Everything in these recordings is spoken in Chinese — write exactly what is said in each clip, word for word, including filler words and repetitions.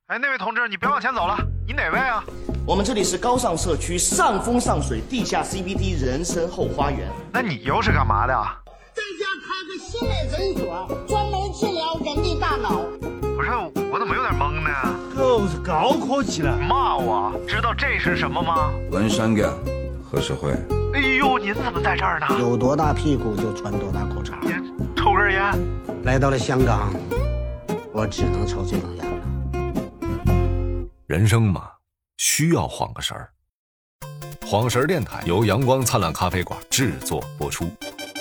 哎，那位同志，你别往前走了，你哪位啊？ 我们这里是高尚社区上风上水地下 C B D 人参后花园。 那你又是干嘛的啊？ 在家开个心理诊所，专门治疗人的大脑。 不是，我怎么有点懵呢？ 够是高科技了。 骂我？知道这是什么吗？ 文山感何时会？ 哎呦，您怎么在这儿呢？ 有多大屁股就穿多大裤衩。 抽根烟。 来到了香港，我只能抽这种烟了。 人生嘛，需要晃个神儿。晃神儿电台由阳光灿烂咖啡馆制作播出。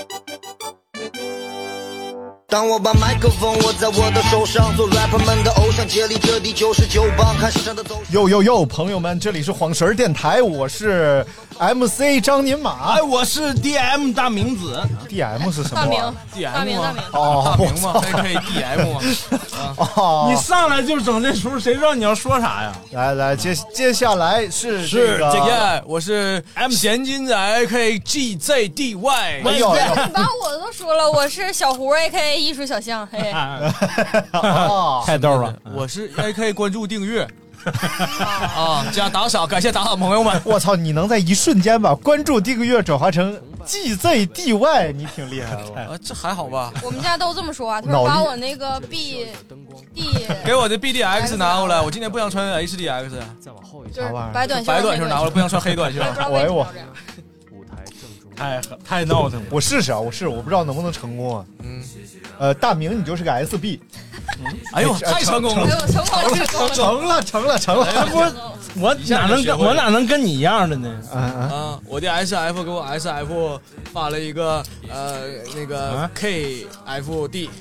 当我把麦克风握在我的手上，做 rapper 们的偶像，接力这第九十九棒，看世上的走向。 呦呦呦，朋友们，这里是晃神儿电台，我是 M C 张宁马， 哎，我是 D M 大明子。 D M 是什么？ 大明 ，D M 大明大明哦， 大明嘛，还可以 D M 嘛。 哦， 你上来就整这出，谁知道你要说啥呀？ 来来，接接下来是是这个， 这个，我是 M 闲金仔 A K A G Z D Y。 哎呦， 你把我都说了，我是小胡 A K A 艺术小象，嘿。 哦， 太逗了！我是 A K 关注订阅啊，加打赏，感谢打赏朋友们。 我操，你能在一瞬间把关注订阅转化成 G Z D Y， 你挺厉害的。 啊，这还好吧？ 我们家都这么说啊，他说把我那个 B D 给我的 B D X 拿过来，我今天不想穿 H D X， 就是白短袖， 白短袖拿过来，不想穿黑短袖。 哎呦我。 太太闹腾了， 我试试啊，我试试，我不知道能不能成功啊。 嗯， 呃，大明你就是个 S B。 嗯，哎呦，太成功了， 成功了， 成了，成了，成了。 这不，我哪能跟我哪能跟你一样的呢？ 啊啊！我的 S F 给我 S F 发了一个呃那个 K F D。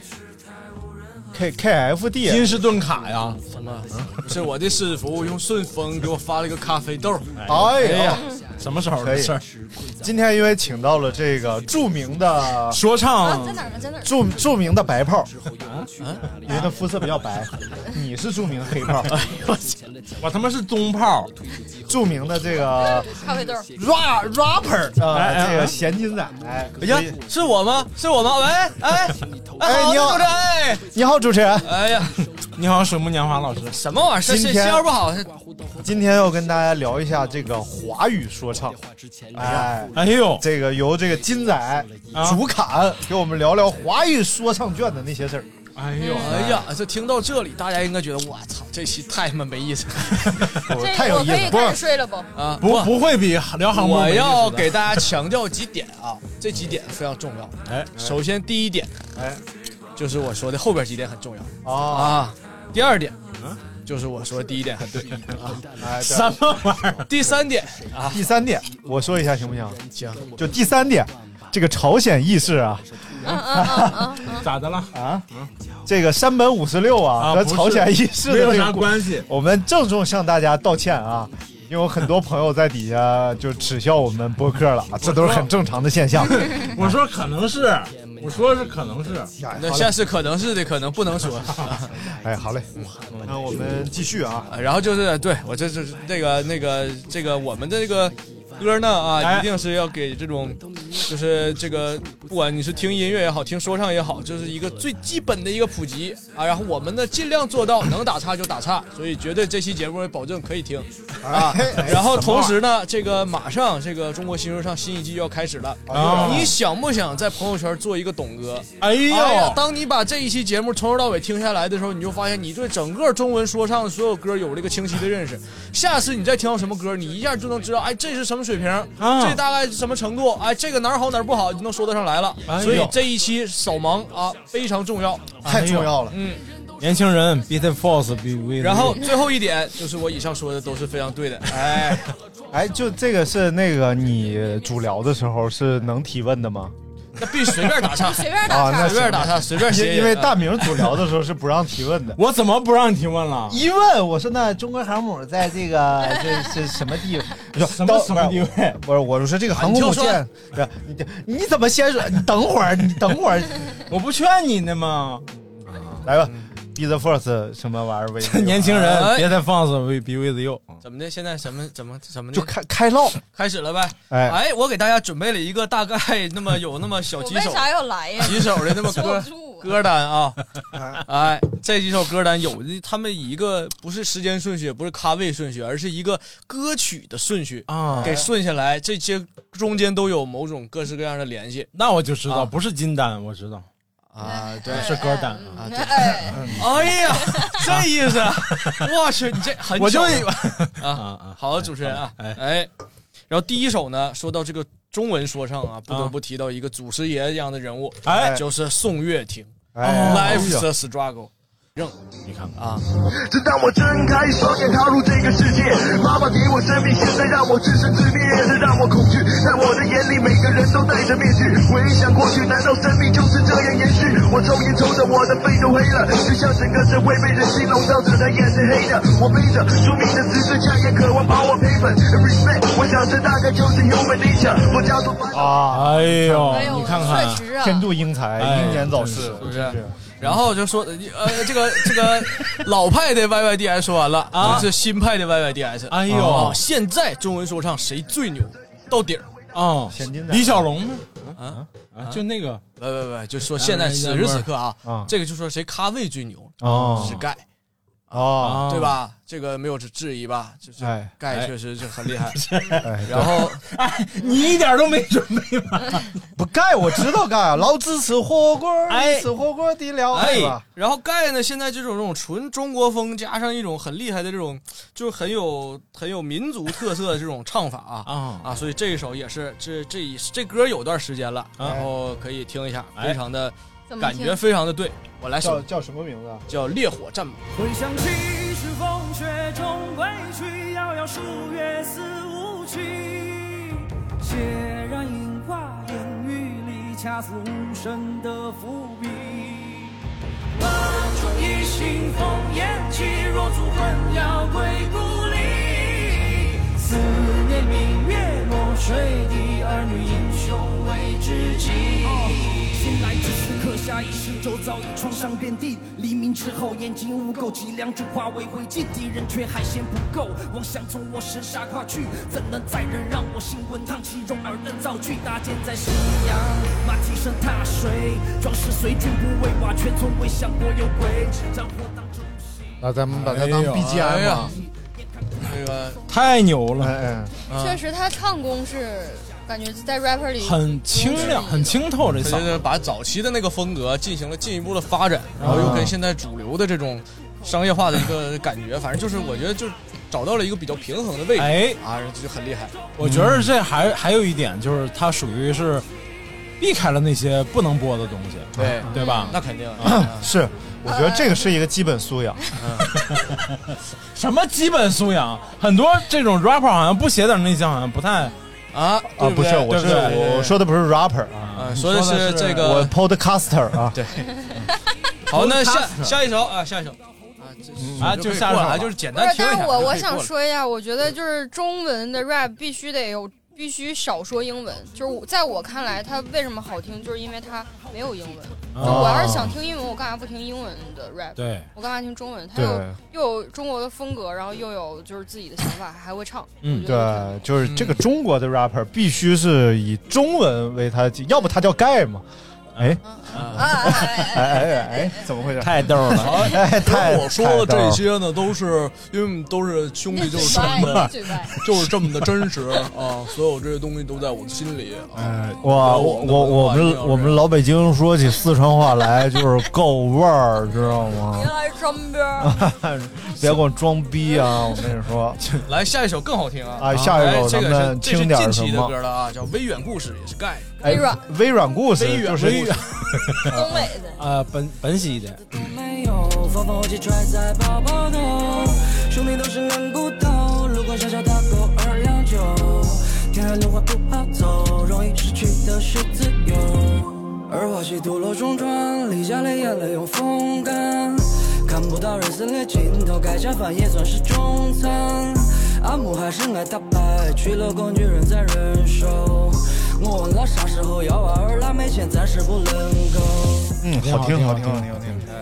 K K F D 金士顿卡呀？什么？是我的师傅用顺丰给我发了一个咖啡豆。 哎呀， 什么时候的事儿？ 今天因为请到了这个著名的说唱， 在哪儿呢？在哪儿？ 著著名的白炮，因为他肤色比较白。你是著名的黑炮， 我他妈是棕炮。 著名的这个咖啡豆 rap rapper 啊，这个咸金仔。哎呀，是我吗？是我吗？喂，哎哎，你好， 哎， 你好，主持人。 哎呀，你好，水木年华老师。什么玩意儿？ 今天信号不好。 今天要跟大家聊一下这个华语说唱。哎， 哎呦， 这个由这个金仔主侃给我们聊聊华语说唱圈的那些事儿。 哎呦，哎呀，这听到这里，大家应该觉得我操，这期太他妈没意思了， 太有意思了。 我可以开始睡了不？ 啊， 不不会比聊航模。 我要给大家强调几点啊，这几点非常重要。哎，首先第一点，哎，就是我说的后边几点很重要啊。第二点，嗯，就是我说的第一点很对啊。 哎， 什么玩意儿？第三点啊， 第三点，我说一下行不行？ 行。 就第三点，这个朝鲜义士啊。 嗯嗯嗯嗯， 咋的了啊？这个山本五十六啊，和朝鲜义士没有啥关系。 我们郑重向大家道歉啊，因为有很多朋友在底下就耻笑我们播客了，这都是很正常的现象。 我说可能是，我说是可能是，那现在是可能是的，可能不能说。 哎，好嘞，那我们继续啊。 然后就是对我这是这个那个这个我们的这个。歌呢啊，一定是要给这种，就是这个，不管你是听音乐也好，听说唱也好，就是一个最基本的一个普及啊。然后我们呢尽量做到能打岔就打岔，所以绝对这期节目保证可以听啊。然后同时呢，这个马上这个中国新说唱新一季就要开始了，啊、你想不想在朋友圈做一个董哥？哎呦、哎呀，当你把这一期节目从头到尾听下来的时候，你就发现你对整个中文说唱的所有歌有了一个清晰的认识。下次你再听到什么歌，你一下就能知道，哎，这是什么水平，啊、这大概是什么程度，哎，这个哪儿好哪儿不好，你就能说得上来了。哎、所以这一期扫盲啊非常重要， 太重要了。 嗯， 年轻人 be the force be with。 然后最后一点就是我以上说的都是非常对的。哎， 哎，就这个是那个你主聊的时候是能提问的吗？ 那必须随便打岔， 随便打岔， 随便打岔，随便写。 因为大明主聊的时候是不让提问的。 我怎么不让提问了？ 一问我说那中国航母在这个这是什么地位？ 什么什么地位？ 不是，我说这个航空母舰，不是你你怎么先说？你等会儿，你等会儿， 我不劝你呢吗？ 来吧。Be the first 什么玩意儿？ 年轻人，别再放肆 ，be with you。怎么的？现在什么怎么怎么就开开唠， 开始了呗。哎哎，我给大家准备了一个大概那么有那么小几首， 为啥要来呀？ 几首的那么歌。 歌单啊，哎，这几首歌单有的他们以一个不是时间顺序，不是咖位顺序，而是一个歌曲的顺序啊，给顺下来，这些中间都有某种各式各样的联系。 那我就知道，不是金单，我知道。 啊，对， 是歌单啊，对，哎呀，这意思，我去，你这很我就啊啊，好的，主持人啊，哎，然后第一首呢，说到这个中文说唱啊，不得不提到一个祖师爷一样的人物，哎，就是宋岳庭 ，Life's a Struggle。 你看啊！ 正当我睁开双眼踏入这个世界，妈妈给我生命，现在让我自生自灭，这让我恐惧。在我的眼里，每个人都戴着面具。回想过去，难道生命就是这样延续？我抽烟抽着，我的肺都黑了，就像整个社会被人性笼罩着的眼是黑的。我背着宿命的十字架，也渴望把我赔本。Respect， 我想这大概就是 human nature。我家族啊， 哎呦，你看看， 天妒英才，英年早逝， 是不是？然后就说，呃，这个这个老派的 Y Y D S 说完了啊，这是新派的 Y Y D S。 哎呦， 哦、现在中文说唱谁最牛？到底儿啊？李小龙呢？ 啊啊，就那个， 不不不，就说现在此时此刻啊，啊这个就说谁咖位最牛？ 哦， 是盖。 哦， 对吧？这个没有质疑吧？就是盖确实就很厉害。 哎、 然后， 哎，你一点都没准备吗？ 不盖，我知道盖，老子吃火锅，哎，吃火锅底料， 哎，然后盖呢，现在这种这种纯中国风，加上一种很厉害的这种，就是很有很有民族特色的这种唱法啊啊啊！所以这一首也是这这这歌有段时间了，然后可以听一下，非常的。感觉非常的对，我来首叫什么名字？ 叫《烈火战马》。 回想起是风雪中归去，遥遥数月思无趣。血染樱花烟雨里，恰似无声的伏笔。梦中一心烽烟起，若烛魂要归故里。思念明月落水底，儿女英雄为知己。醒来之时，刻下一世，周遭已创伤遍地。黎明之后，眼睛污垢，几两句化为灰烬，敌人却还嫌不够，妄想从我身下跨去，怎能再忍让我心温烫起蓉儿的造句？搭建在夕阳，马蹄声踏水，壮士随军不畏瓦，却从未想过有鬼。战火当中， 那咱们把它当 B G M 啊。 这个太牛了， 哎哎、确实他唱功是感觉在 rapper 里很清亮很清透，这嗓子把早期的那个风格进行了进一步的发展，然后又跟现在主流的这种商业化的一个感觉，反正就是我觉得就找到了一个比较平衡的位置， 哎啊，这就很厉害。 我觉得这还还有一点就是它属于是避开了那些不能播的东西， 对对吧？ 那肯定是。我觉得这个是一个基本素养。 什么基本素养？很多这种 rapper 好像不写点内向，好像不太啊啊！不是，我是我说的不是 rapper 啊，说的是这个我 podcaster 啊。 对。好，那下下一首啊，下一首啊，就下一首， 就是简单听一下。 但我我想说一下，我觉得就是中文的 rap 必须得有。必须少说英文，就是在我看来，它为什么好听，就是因为它没有英文。 哦、 就我要是想听英文，我干嘛不听英文的 rap？ 对， 我干嘛听中文？它有又有中国的风格，然后又有就是自己的想法，还会唱。 嗯，对，就是这个中国的 rapper 必须是以中文为他，要不他叫盖嘛。哎，哎哎哎，怎么回事？ 太逗了！ 哎，太我说的这些呢，都是因为都是兄弟，就是这么的，就是这么的真实啊！所有这些东西都在我的心里。 哎，哇，我我我们我们老北京说起四川话来就是够味儿，知道吗？ 别来装逼， 别给我装逼啊！我跟你说， 来下一首更好听啊！ 啊，下一首咱们听点什么？ 这是近期的歌了啊，叫《微远故事》，也是盖。 微软， 微软故事就是东北的啊，本本溪的。 没有风风火气揣在包包头，兄弟都是冷骨头。如果小小打狗二两酒，天黑路滑不好走，容易失去的是自由。而我喜土楼中转，立下了眼泪用风干，看不到人撕裂尽头，盖下饭也算是中餐。阿木还是爱打牌，娶了工具人在忍受。我问了啥时候要娃儿，拉没钱暂时不能够。 嗯，好听好听好听好听。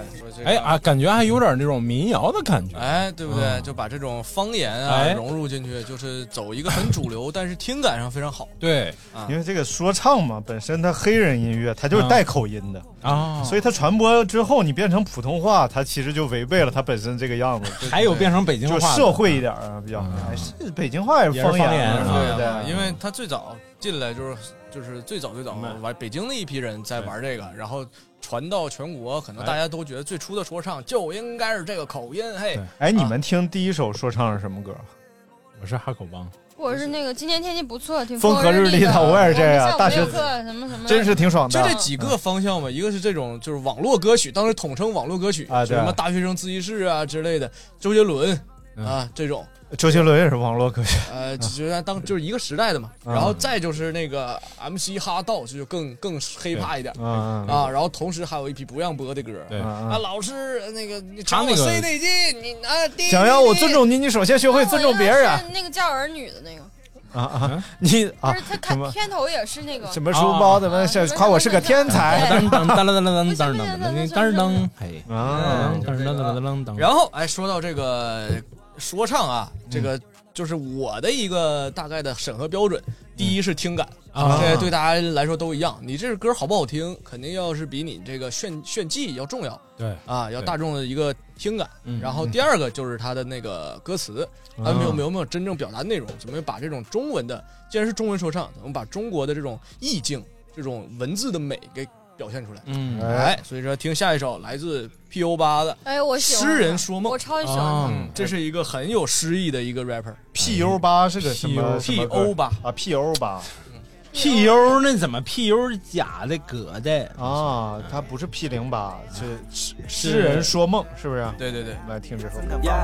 说这个哎啊，感觉还有点那种民谣的感觉， 哎，对不对？ 嗯、 就把这种方言啊、 哎、 融入进去，就是走一个很主流，但是听感上非常好。 对， 啊、 因为这个说唱嘛，本身它黑人音乐，它就是带口音的啊、 嗯，所以它传播之后，你变成普通话，它其实就违背了它本身这个样子。 还有变成北京话， 就社会一点啊，比较还、嗯、是北京话也是方言， 言对对，因为它最早进来就是就是最早最早玩北京的一批人在玩这个，然后传到全国，可能大家都觉得最初的说唱就应该是这个口音。嘿， 哎，你们听第一首说唱是什么歌？ 我是哈口帮。 我是那个今天天气不错，挺风和日丽的，我也是这样。大学课什么什么， 真是挺爽的。 就这几个方向嘛，一个是这种就是网络歌曲，当时统称网络歌曲， 啊， 什么大学生自习室啊之类的，周杰伦、嗯、啊这种。 周杰伦也是网络歌曲， 呃，就是当就是一个时代的嘛，然后再就是那个 M C 哈道，就更更黑怕一点啊，然后同时还有一批不让播的歌， 对啊，老师那个你朝我 C 内劲，你啊， 想要我尊重你，你首先学会尊重别人啊。 那个叫儿女的那个。 啊啊！你啊， 不是他看片头也是那个什么书包怎么是夸我是个天才？ 噔噔噔噔噔噔噔噔噔噔，嘿啊！ 噔噔噔噔噔。 然后哎，说到这个说唱啊，这个就是我的一个大概的审核标准。第一是听感啊，这对大家来说都一样。你这歌好不好听，肯定要是比你这个炫炫技要重要。 对啊，要大众的一个听感。然后第二个就是它的那个歌词，它有没有没有真正表达内容？怎么把这种中文的，既然是中文说唱，怎么把中国的这种意境、这种文字的美给表现出来？ 嗯， 哎，所以说听下一首来自 P O 八的， 哎，我喜欢诗人说梦， 我超喜欢他。 嗯，这是一个很有诗意的一个 rapper。P O 八是个什么 ？P O 八啊 ，P O 八。 P U 那怎么 P U 是假的革的啊？它不是 P 零八，是诗人说梦，是不是？ 对对对， 来听这首。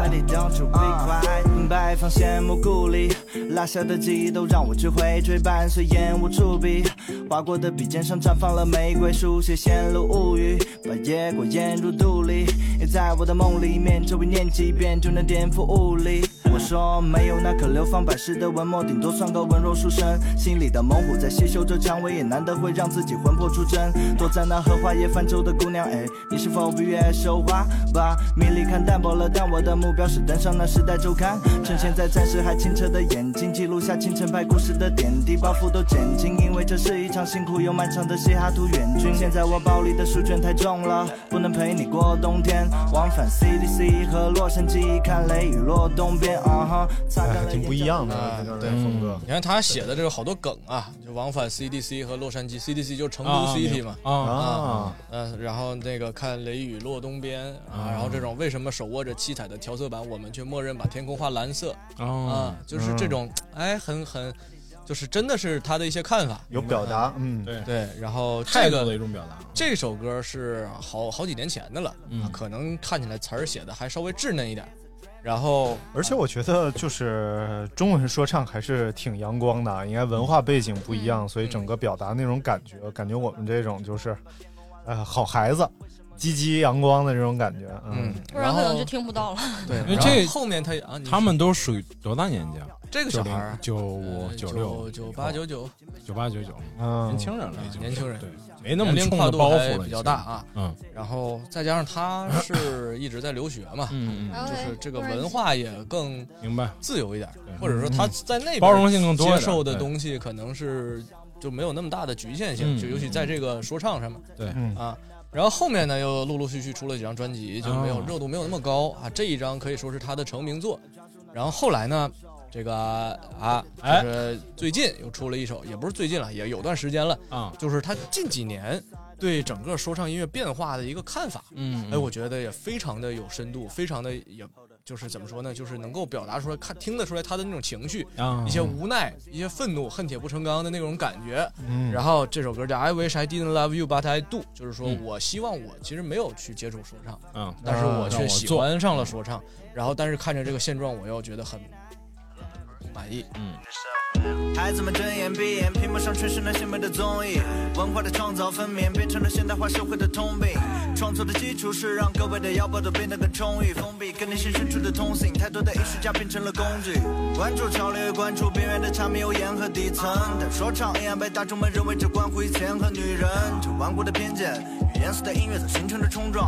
摆放羡慕故里，拉下的记忆都让我只会追，伴随烟雾触笔，划过的笔尖上绽放了玫瑰，书写线路物语，把野果咽入肚里，也在我的梦里面，这位念几遍就能颠覆物理。我说没有那可流芳百世的文墨，顶多算个文弱书生，心里的猛虎在吸收着蔷薇，也难得会让自己魂魄出征。躲在那荷花叶泛舟的姑娘，哎，你是否不愿收花吧？米粒看淡薄了，但我的目标是登上那时代周刊，趁现在暂时还清澈的眼睛，记录下清晨拍故事的点滴，包袱都减轻，因为这是一场辛苦又漫长的西雅图远军。现在我包里的书卷太重了，不能陪你过冬天，往返 C D C 和洛杉矶，看雷雨落东边。啊哈， 还挺不一样的对风格。你看他写的这个好多梗啊，就往返 C D C 和洛杉矶 ，C D C 就是成都 City 嘛啊啊，嗯，然后那个看雷雨落东边啊，然后这种为什么手握着七彩的调色板，我们却默认把天空画蓝色啊，就是这种哎，很很。就是真的是他的一些看法， 有表达，嗯， 对对。然后这个的一种表达， 这首歌是好好几年前的了，嗯，可能看起来词儿写的还稍微稚嫩一点。然后， 而且我觉得就是中文说唱还是挺阳光的，应该文化背景不一样，所以整个表达那种感觉，感觉我们这种就是，呃，好孩子。积极阳光的这种感觉，嗯， 不然可能就听不到了。 对， 因为这后面他啊， 他们都属于多大年纪啊？ 这个小孩九五、九六、 九八、九九、 九八、九九， 嗯， 年轻人了，已经年轻人， 对，没那么重的包袱了， 比较大啊。 嗯， 然后再加上他是一直在留学嘛， 嗯嗯，就是这个文化也更明白自由一点，或者说他在那边包容性更多， 接受的东西可能是就没有那么大的局限性，就尤其在这个说唱上面， 对啊。然后后面呢，又陆陆续续出了几张专辑，就没有热度没有那么高啊。这一张可以说是他的成名作。然后后来呢，这个啊，就是最近又出了一首，也不是最近了，也有段时间了啊。就是他近几年对整个说唱音乐变化的一个看法， 嗯， 哎，我觉得也非常的有深度，非常的也。就是怎么说呢？就是能够表达出来，看听得出来他的那种情绪， 啊、 一些无奈、一些愤怒、恨铁不成钢的那种感觉。 嗯， 然后这首歌叫 I Wish I Didn't Love You But I Do， 就是说我希望我其实没有去接触说唱， 嗯， 但是我却喜欢上了说唱。然后但是看着这个现状，我又觉得很满意。 嗯。 孩子们睁眼闭眼，屏幕上全是那些美的综艺，文化的创造分娩变成了现代化社会的通病。创作的基础是让各位的腰包都变得更充裕，封闭跟内心深处的通信，太多的艺术家变成了工具。关注潮流，关注边缘的差别，有颜和底层。但说唱一样被大众们认为只关乎于钱和女人，这顽固的偏见与严肃的音乐所形成的冲撞。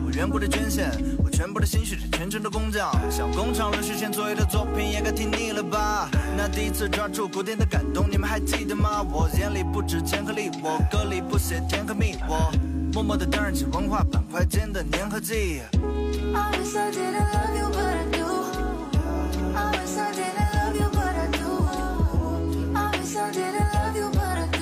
我远古的捐献，我全部的心血是全程的工匠，像工厂人实现所有的作品也该听腻了吧？那第一次抓住古典的感动，你们还记得吗？我眼里不止钱和力，我歌里不写甜和蜜，我默默地担任起文化板块间的粘合剂。Always I didn't love you, but I do. Always I didn't love you, but I do. Always I didn't love you, but I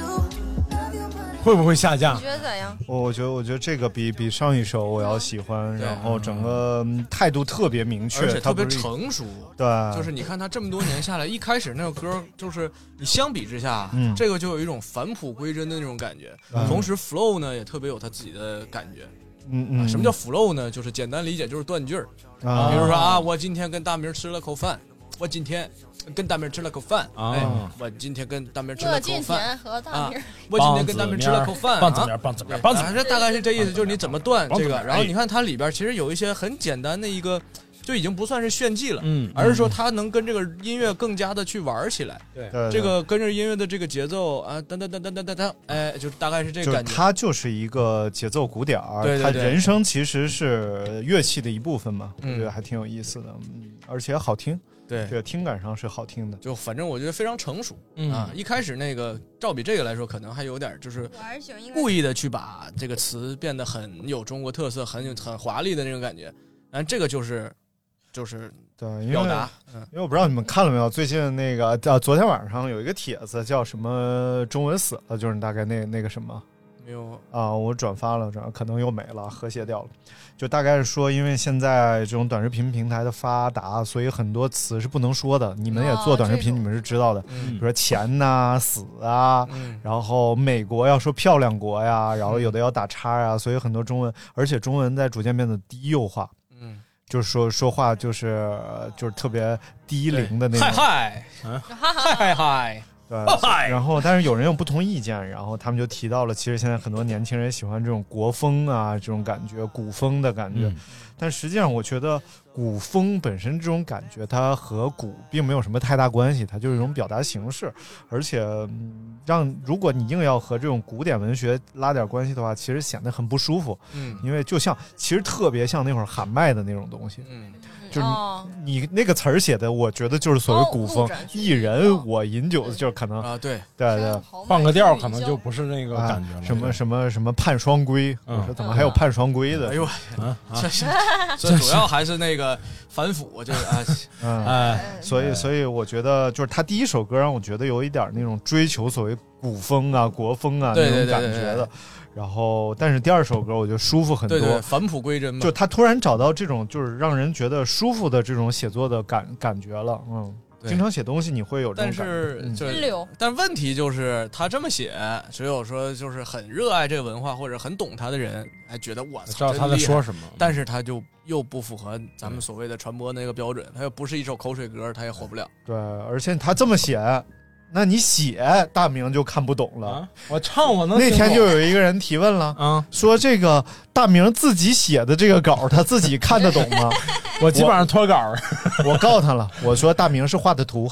do. 会不会下降？ 你觉得怎样？ 我我觉得我觉得这个比比上一首我要喜欢，然后整个态度特别明确， 而且特别成熟。 对， 就是你看他这么多年下来，一开始那首歌就是你相比之下， 嗯、 这个就有一种返璞归真的那种感觉，嗯、同时 flow 呢也特别有他自己的感觉。 嗯嗯、 啊，什么叫 flow 呢？就是简单理解就是断句儿。啊，比如说啊，我今天跟大明吃了口饭，我今天跟大明吃了口饭，啊、哎，我今天跟大明吃了口饭， 和大明、 啊，我今天跟大明吃了口饭， 棒子面，棒子面，棒子面， 这大概是这意思，就是你怎么断这个。然后你看它里边其实有一些很简单的一个。就已经不算是炫技了，嗯，而是说他能跟这个音乐更加的去玩起来， 对， 这个跟着音乐的这个节奏啊，噔噔噔噔噔噔噔，哎，就大概是这个感觉。 它就是一个节奏鼓点儿， 对对对， 它人声其实是乐器的一部分嘛， 嗯、 我觉得还挺有意思的，嗯，而且好听， 对， 这个听感上是好听的。 就反正我觉得非常成熟、 嗯、 啊。一开始那个照比这个来说，可能还有点就是故意的去把这个词变得很有中国特色、很有很华丽的那种感觉，但这个就是。就是对，因为表达， 嗯，因为我不知道你们看了没有，最近那个呃，昨天晚上有一个帖子叫什么“中文死了”，就是大概那那个什么， 没有啊，我转发了，转可能又没了，和谐掉了。就大概是说，因为现在这种短视频平台的发达，所以很多词是不能说的。你们也做短视频，哦、你们是知道的， 嗯、 比如说钱呐、啊、死啊， 嗯、 然后美国要说漂亮国呀，然后有的要打叉呀，所以很多中文，而且中文在逐渐变得低幼化。 嗯。 就是说说话就是就是特别低龄的那种， 嗨嗨嗨嗨嗨， 对，然后但是有人有不同意见，然后他们就提到了，其实现在很多年轻人喜欢这种国风啊，这种感觉，古风的感觉，嗯、但实际上我觉得古风本身这种感觉，它和古并没有什么太大关系，它就是一种表达形式，而且、嗯、让如果你硬要和这种古典文学拉点关系的话，其实显得很不舒服， 嗯， 因为就像其实特别像那会儿喊麦的那种东西， 嗯。 就是你、哦、你那个词儿写的，我觉得就是所谓古风，一人我饮酒，就可能啊，对对对， 换个调可能就不是那个感觉了。 啊、什么什么什么盼双归，嗯、我说怎么还有盼双归的？ 哎呦，啊，这这主要还是那个反腐，就是啊， 嗯，哎，所以所以我觉得就是他第一首歌让我觉得有一点那种追求所谓古风啊、国风啊那种感觉的。然后，但是第二首歌我觉得舒服很多， 对对，返璞归真嘛。 就他突然找到这种就是让人觉得舒服的这种写作的感感觉了，嗯，经常写东西你会有这种感觉， 但是就是，嗯、但问题就是他这么写，只有说就是很热爱这个文化或者很懂他的人，还觉得我操， 知道他在说什么， 但是他就又不符合咱们所谓的传播那个标准，他又不是一首口水歌，他也火不了。 对，而且他这么写。那你写大明就看不懂了， 啊、我唱我能。 那天就有一个人提问了， 啊， 说这个大明自己写的这个稿，他自己看得懂吗？ 我基本上脱稿， 我告诉他了，我说大明是画的图，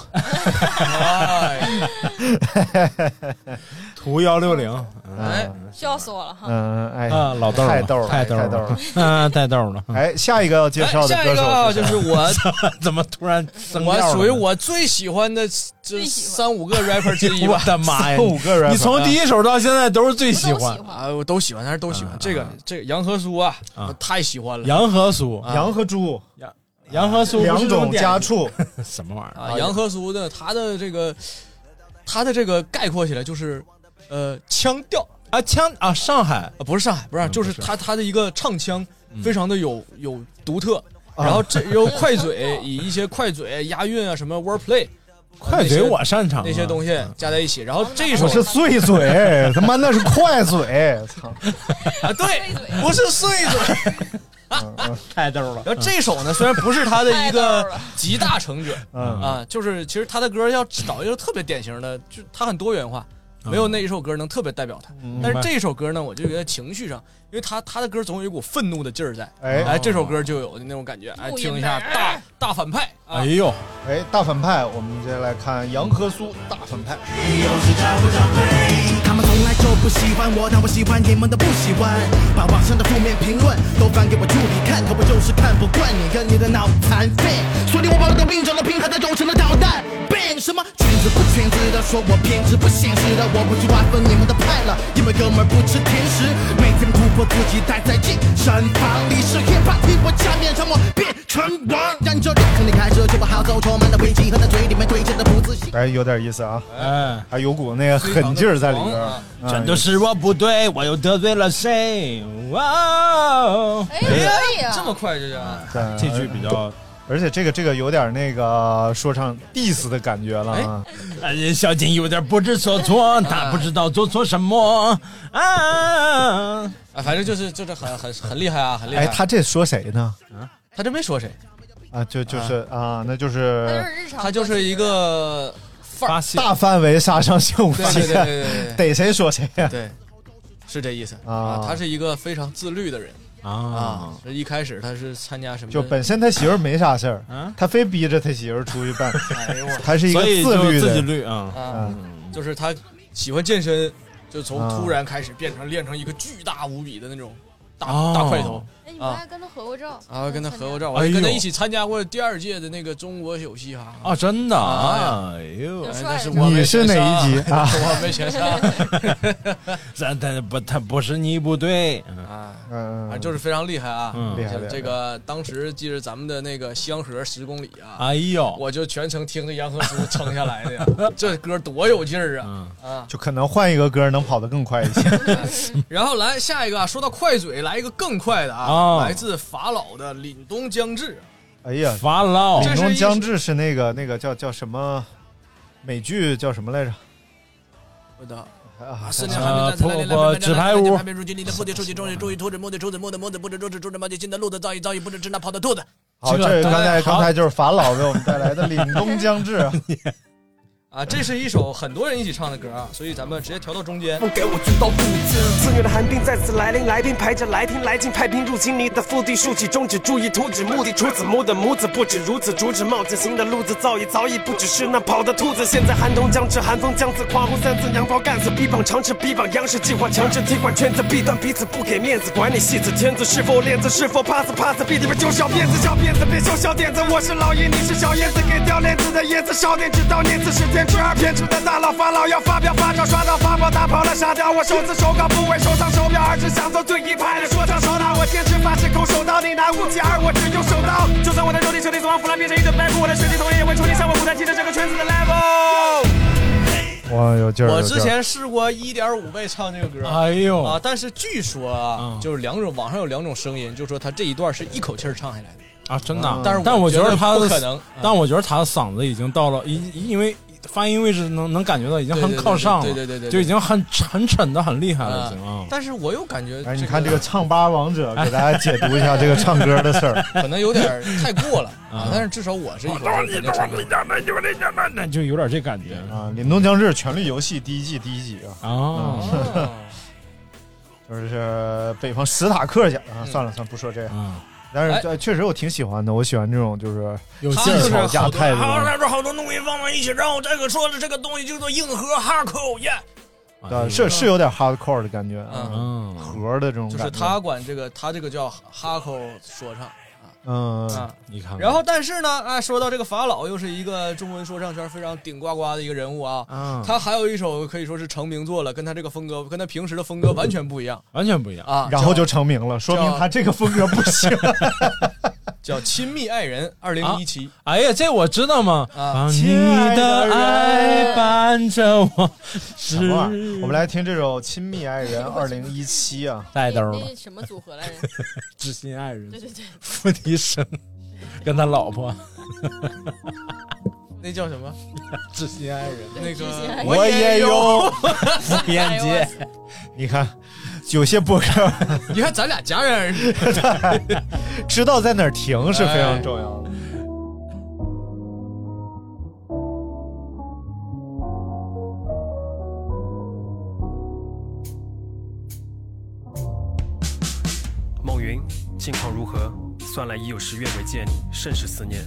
图幺六零， 哎，笑死我了哈！ 嗯，哎， 啊，老豆太逗了， 太逗了，啊，太逗了。 哎，下一个要介绍的歌手就是我， 怎么突然升调了？我属于我最喜欢的这三五个 rapper 之一吧。 我的妈呀， 三五个 rapper， 你从第一首到现在都是最喜欢啊，我都喜欢，但是都喜欢这个这个杨和苏啊，我太喜欢了。 杨和苏， 杨和猪， 杨杨和苏两种家畜， 什么玩意儿啊？杨和苏的他的这个他的这个概括起来就是。呃，腔调啊，腔啊，上海啊，不是上海，不是，嗯、就是他他的一个唱腔非常的有有独特，嗯、然后这有快嘴，以一些快嘴押韵啊，什么 wordplay， 快嘴我擅长那些东西加在一起，然后这一首是碎嘴，他妈那是快嘴，操啊，对，不是碎嘴。 嗯、太逗了。 然后这首呢，虽然不是他的一个集大成者，嗯啊，就是其实他的歌要找一个特别典型的，就他很多元化。没有那一首歌能特别代表他，嗯、但是这一首歌呢，我就觉得情绪上，因为他他的歌总有一股愤怒的劲儿在，哎，哎这首歌就有那种感觉，哎，听一下大大反派，啊、 哎呦， 哎，大反派，我们接下来看杨和苏大反派。 他们从来就不喜欢我，但我喜欢你们的不喜欢，把网上的负面评论都翻给我助理看，可我就是看不惯你跟你的脑残废，所以我把我的病中的病还在揉成了导弹。变什么裙子不裙子的，说我偏执不现实的，我不去划分你们的派了，因为哥们儿不吃甜食，每天突破自己待在精神房里，是 hiphop 替我加冕，让我变成王，让这里从你开始就不好走，充满了危机和在嘴里面堆积的不自信。 哎，有点意思啊，哎，还有股那个狠劲儿在里边。 真的是我不对，我又得罪了谁？哇！ 哎，可以啊， 这么快就这这句比较。 而且这个这个有点那个说唱 diss 的感觉了啊！ 哎，小金有点不知所措，他不知道做错什么啊！ 啊，反正就是就是很很很厉害啊，很厉害。 哎，他这说谁呢？ 啊，他这没说谁啊，就就是啊, 啊，那就是他就是一个发大范围杀伤性武器， 对对对对对， 逮谁说谁呀？ 对，是这意思啊。 他是一个非常自律的人。啊！这一开始他是参加什么？ 就本身他媳妇没啥事儿，啊、他非逼着他媳妇出去办。 哎呦， 他是一个自律的， 自律啊、 嗯，就是他喜欢健身，就从突然开始变成练成一个巨大无比的那种大、哦、大块头。 哎，你还跟他合过照啊？跟他合过照，我还跟他一起参加过第二届的那个中国有嘻哈啊！真的？ 哎呦， 但是我你是哪一集啊？ 我没选上。 咱他不，他不是你不对啊，啊，就是非常厉害啊！ 厉害！ 这个当时记着咱们的那个香河十公里啊， 哎呦， 我就全程听着杨和苏撑下来的呀，这歌多有劲儿啊！啊， 就可能换一个歌能跑得更快一些。 然后来下一个，说到快嘴，来一个更快的啊！哦、来自法老的凛冬将至。 哎呀， 法老凛冬将至是那个那个叫叫什么美剧叫什么来着？ 不知道啊！ 四年还没破破纸牌屋。 还没如今你的目的收集终于注意兔子，目的兔子，目的目的不知周知，猪着毛巾，新的路子早已早已不知指哪跑的兔子。 好，这刚才刚才就是法老为我们带来的凛冬将至。 啊，这是一首很多人一起唱的歌啊，所以咱们直接调到中间。 给我知道不知，自虐的寒冰再次来临，来宾排着来听来进，派兵入侵你的腹地，竖起中指，注意图纸，目的出子母的母子不止如此，竹指冒着新的路子，早已早已不只是那跑的兔子。现在寒冬将至，寒风将至，狂轰三次，娘炮干死，逼绑长翅，逼绑央视计划强制替换圈子，弊端彼此不给面子，管你戏子天子是否链子，是否 pass pass， 逼你们就小辫子，小辫子别秀小点子，我是老爷，你是小燕子，给掉链子的叶子，少点知道念字是天之二偏执的。大佬法老要发表发照，刷到发报打跑了傻屌，我手指手稿不为手上手表，而只想做最一派的说唱手套。我坚持发誓空手道，你拿武器，而我只用手刀。就算我的肉体彻底死亡，腐烂变成一堆白骨，我的血气统一也会重新向我舞台提着这个圈子的 level。 哇，有劲儿！ 我之前试过一点五倍唱这个歌， 哎呦啊！但是据说啊，嗯、就是两种网上有两种声音，就说他这一段是一口气儿唱下来的啊，真的。 嗯、但是但我觉得他不可能， 但我觉得他的嗓子已经到了，因因为。发音位置能能感觉到已经很靠上了， 对对对对， 就已经很很沉的很厉害了，已经啊。 但是我又感觉， 哎，你看这个唱吧王者给大家解读一下这个唱歌的事儿， 可能有点太过了啊。但是至少我是一口气肯定唱歌， 那就有点这感觉啊。凛冬将至，权力游戏第一季第一集啊。 哦， 就是北方史塔克奖啊。算了算了，不说这个。但是确实我挺喜欢的，我喜欢这种就是有技巧加态度。 好，那边好多东西放在一起，然后这个说的这个东西叫做硬核 hardcore 耶。 对，是是有点 hardcore 的感觉，嗯，核的这种感觉。 就是他管这个，他这个叫 hardcore 说唱。 嗯啊， 你看。 然后，但是呢，啊，说到这个法老，又是一个中文说唱圈非常顶呱呱的一个人物啊。 嗯。 他还有一首可以说是成名作了，跟他这个风格，跟他平时的风格完全不一样， 完全不一样啊。 然后就成名了，说明他这个风格不行。 叫《亲密爱人》二零一七。 哎呀，这我知道吗？ 啊， 你的爱伴着我。 什么玩意儿？我们来听这首《亲密爱人》二零一七啊， 带兜了。 什么组合来着？ 知心爱人。 对对对。 付笛声。跟他老婆， 那叫什么？ 知心爱人。 那个我也有边界。 你看，有些播客， 你看咱俩戛然而止， 知道在哪儿停是非常重要的。 梦云，近况如何？算来已有十月未见你，甚是思念。此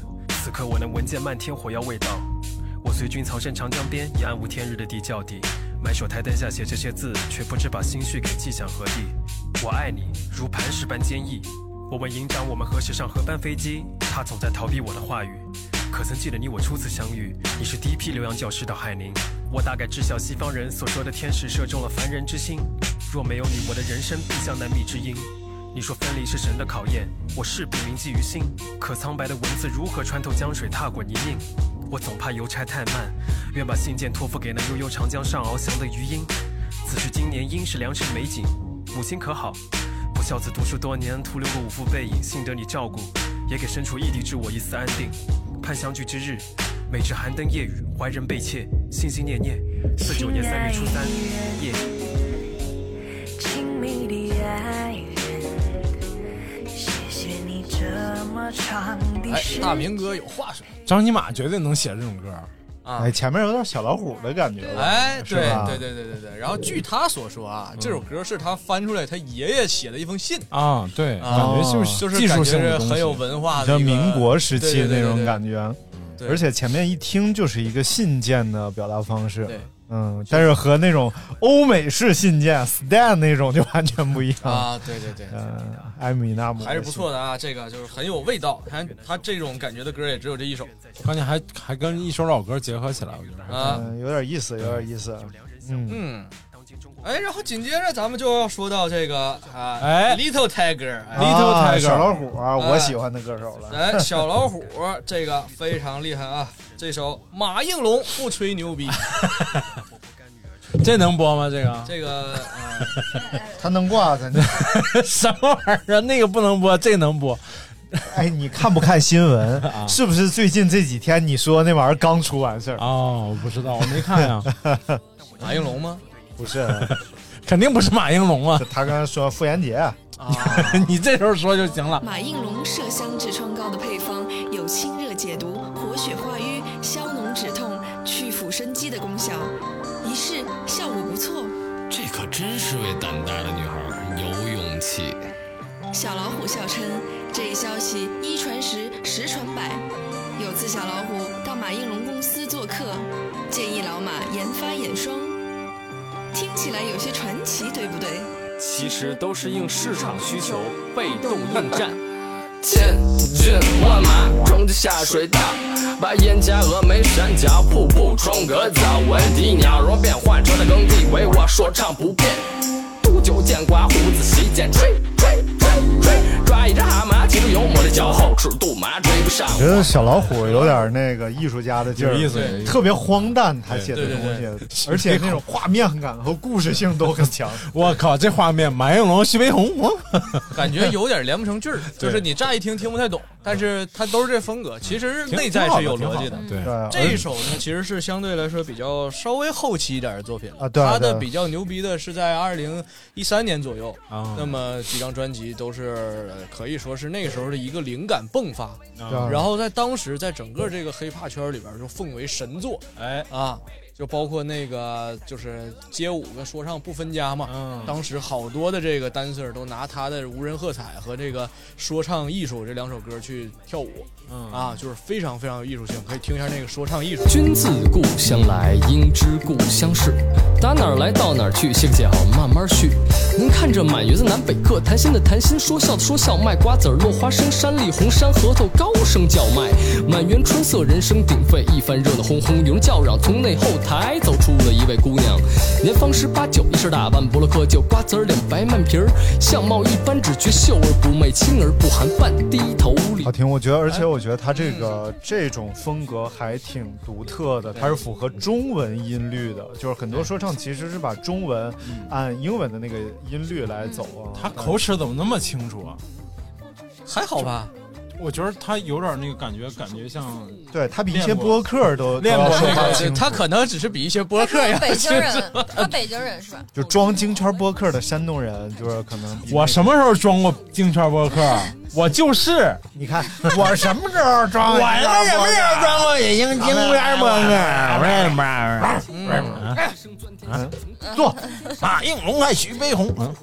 此刻我能闻见漫天火药味道。我随军藏身长江边，以暗无天日的地窖底，埋首台灯下写这些字，却不知把心绪给寄向何地。我爱你，如磐石般坚毅。我问营长，我们何时上何班飞机？他总在逃避我的话语。可曾记得你我初次相遇？你是第一批留洋教师到海宁。我大概知晓西方人所说的天使射中了凡人之心。若没有你，我的人生必像难觅之音。你说分离是神的考验，我势必铭记于心。可苍白的文字如何穿透江水，踏过泥泞？我总怕邮差太慢，愿把信件托付给那悠悠长江上翱翔的鱼鹰。此去经年，应是良辰美景。母亲可好？不孝子读书多年，徒留个五副背影，幸得你照顾，也给身处异地之我一丝安定。盼相聚之日，每至寒灯夜雨，怀人备切，心心念念。四九年三月初三夜。 亲密的爱人，谢谢你这么长的时间。 哎，大明哥有话说。 张尼玛绝对能写这种歌啊！ 哎，前面有点小老虎的感觉。 哎，对对对对对对。然后据他所说啊，这首歌是他翻出来他爷爷写的一封信啊，对， 啊、 感觉就是就是技术性的很有文化的， 像民国时期那种感觉。 对对对对对， 而且前面一听就是一个信件的表达方式。 对。 嗯，但是和那种欧美式信件 Stan 那种就完全不一样啊！对对对， 嗯，埃米纳姆还是不错的啊，这个就是很有味道。他他这种感觉的歌也只有这一首， 关键还还跟一首老歌结合起来，我觉得啊、 嗯，有点意思，有点意思。嗯嗯，哎，然后紧接着咱们就要说到这个啊， 哎 ，Little Tiger，Little Tiger，、 啊、 小老虎啊，我喜欢的歌手了。 哎，小老虎这个非常厉害啊，这首马应龙不吹牛逼。 这能播吗？这个这个， 呃、他能挂咱什么玩意儿？那个不能播，这个能播。 哎，你看不看新闻？啊、是不是最近这几天你说那玩意儿刚出完事儿？ 哦，我不知道，我没看呀。 马应龙吗？ 不是， 肯定不是马应龙啊。 他刚才说傅炎洁啊， 你这时候说就行了。 马应龙麝香痔疮膏的配方有清热解毒、活血化瘀、消脓止痛、去腐生肌的功效。一试效果不错， 这可真是位胆大的女孩，有勇气。 小老虎笑称，这一消息一传十，十传百。有次小老虎到马应龙公司做客，建议老马研发眼霜，听起来有些传奇，对不对？ 其实都是应市场需求，被动应战。千军万马冲进下水道，把眼甲峨眉山脚瀑布冲个澡。问题鸟若变换成了耕地，为我说唱不变。杜酒见刮胡子洗剪吹吹吹吹，抓一只蛤蟆提出幽默的脚后，尺度马追不上。 我觉得小老虎有点那个艺术家的劲儿， 意思特别荒诞，他写的东西，而且那种画面感和故事性都很强。 我靠，这画面马应龙、徐悲鸿， 感觉有点连不成句儿，就是你乍一听听不太懂，但是他都是这风格，其实内在是有逻辑的。 对， 这一首呢，其实是相对来说比较稍微后期一点的作品啊。对， 他的比较牛逼的是在二零一三年左右啊， 那么几张专辑都是可以说是那个时候的一个灵感迸发， 啊、 然后在当时在整个这个黑怕圈里边就奉为神作， 哎啊。就包括那个就是街舞跟说唱不分家嘛， 嗯， 当时好多的这个 dancer 都拿他的无人喝彩和这个说唱艺术这两首歌去跳舞， 嗯啊，就是非常非常有艺术性，可以听一下那个说唱艺术。 君自故乡来，应知故乡事。打哪儿来到哪儿去，歇个脚慢慢续。您看着满园子南北客，谈心的谈心，说笑的说笑，卖瓜子儿落花生，山里红山核桃高声叫卖，满园春色人声鼎沸，一番热闹哄哄，有人叫嚷，从内后台走出了一位姑娘，年方十八九，一身打扮不落窠臼，瓜子儿脸白慢皮儿，相貌一般，只觉秀而不媚，清而不寒，半低头里。 好听，我觉得，而且我觉得他这个、嗯、这种风格还挺独特的，它是符合中文音律的，就是很多说唱其实是把中文按英文的那个音律来走啊。 他口齿怎么那么清楚啊？ 还好吧。 我觉得他有点那个感觉，感觉像对他比一些播客都练过说话清楚，他可能只是比一些播客呀。 北京人，他北京人是吧？ 就装京圈播客的山东人，就是可能。 我什么时候装过京圈播客？我就是， 你看我什么时候装？ 我什么时候装过也京京圈播客？嗯，坐，马应龙还徐悲鸿。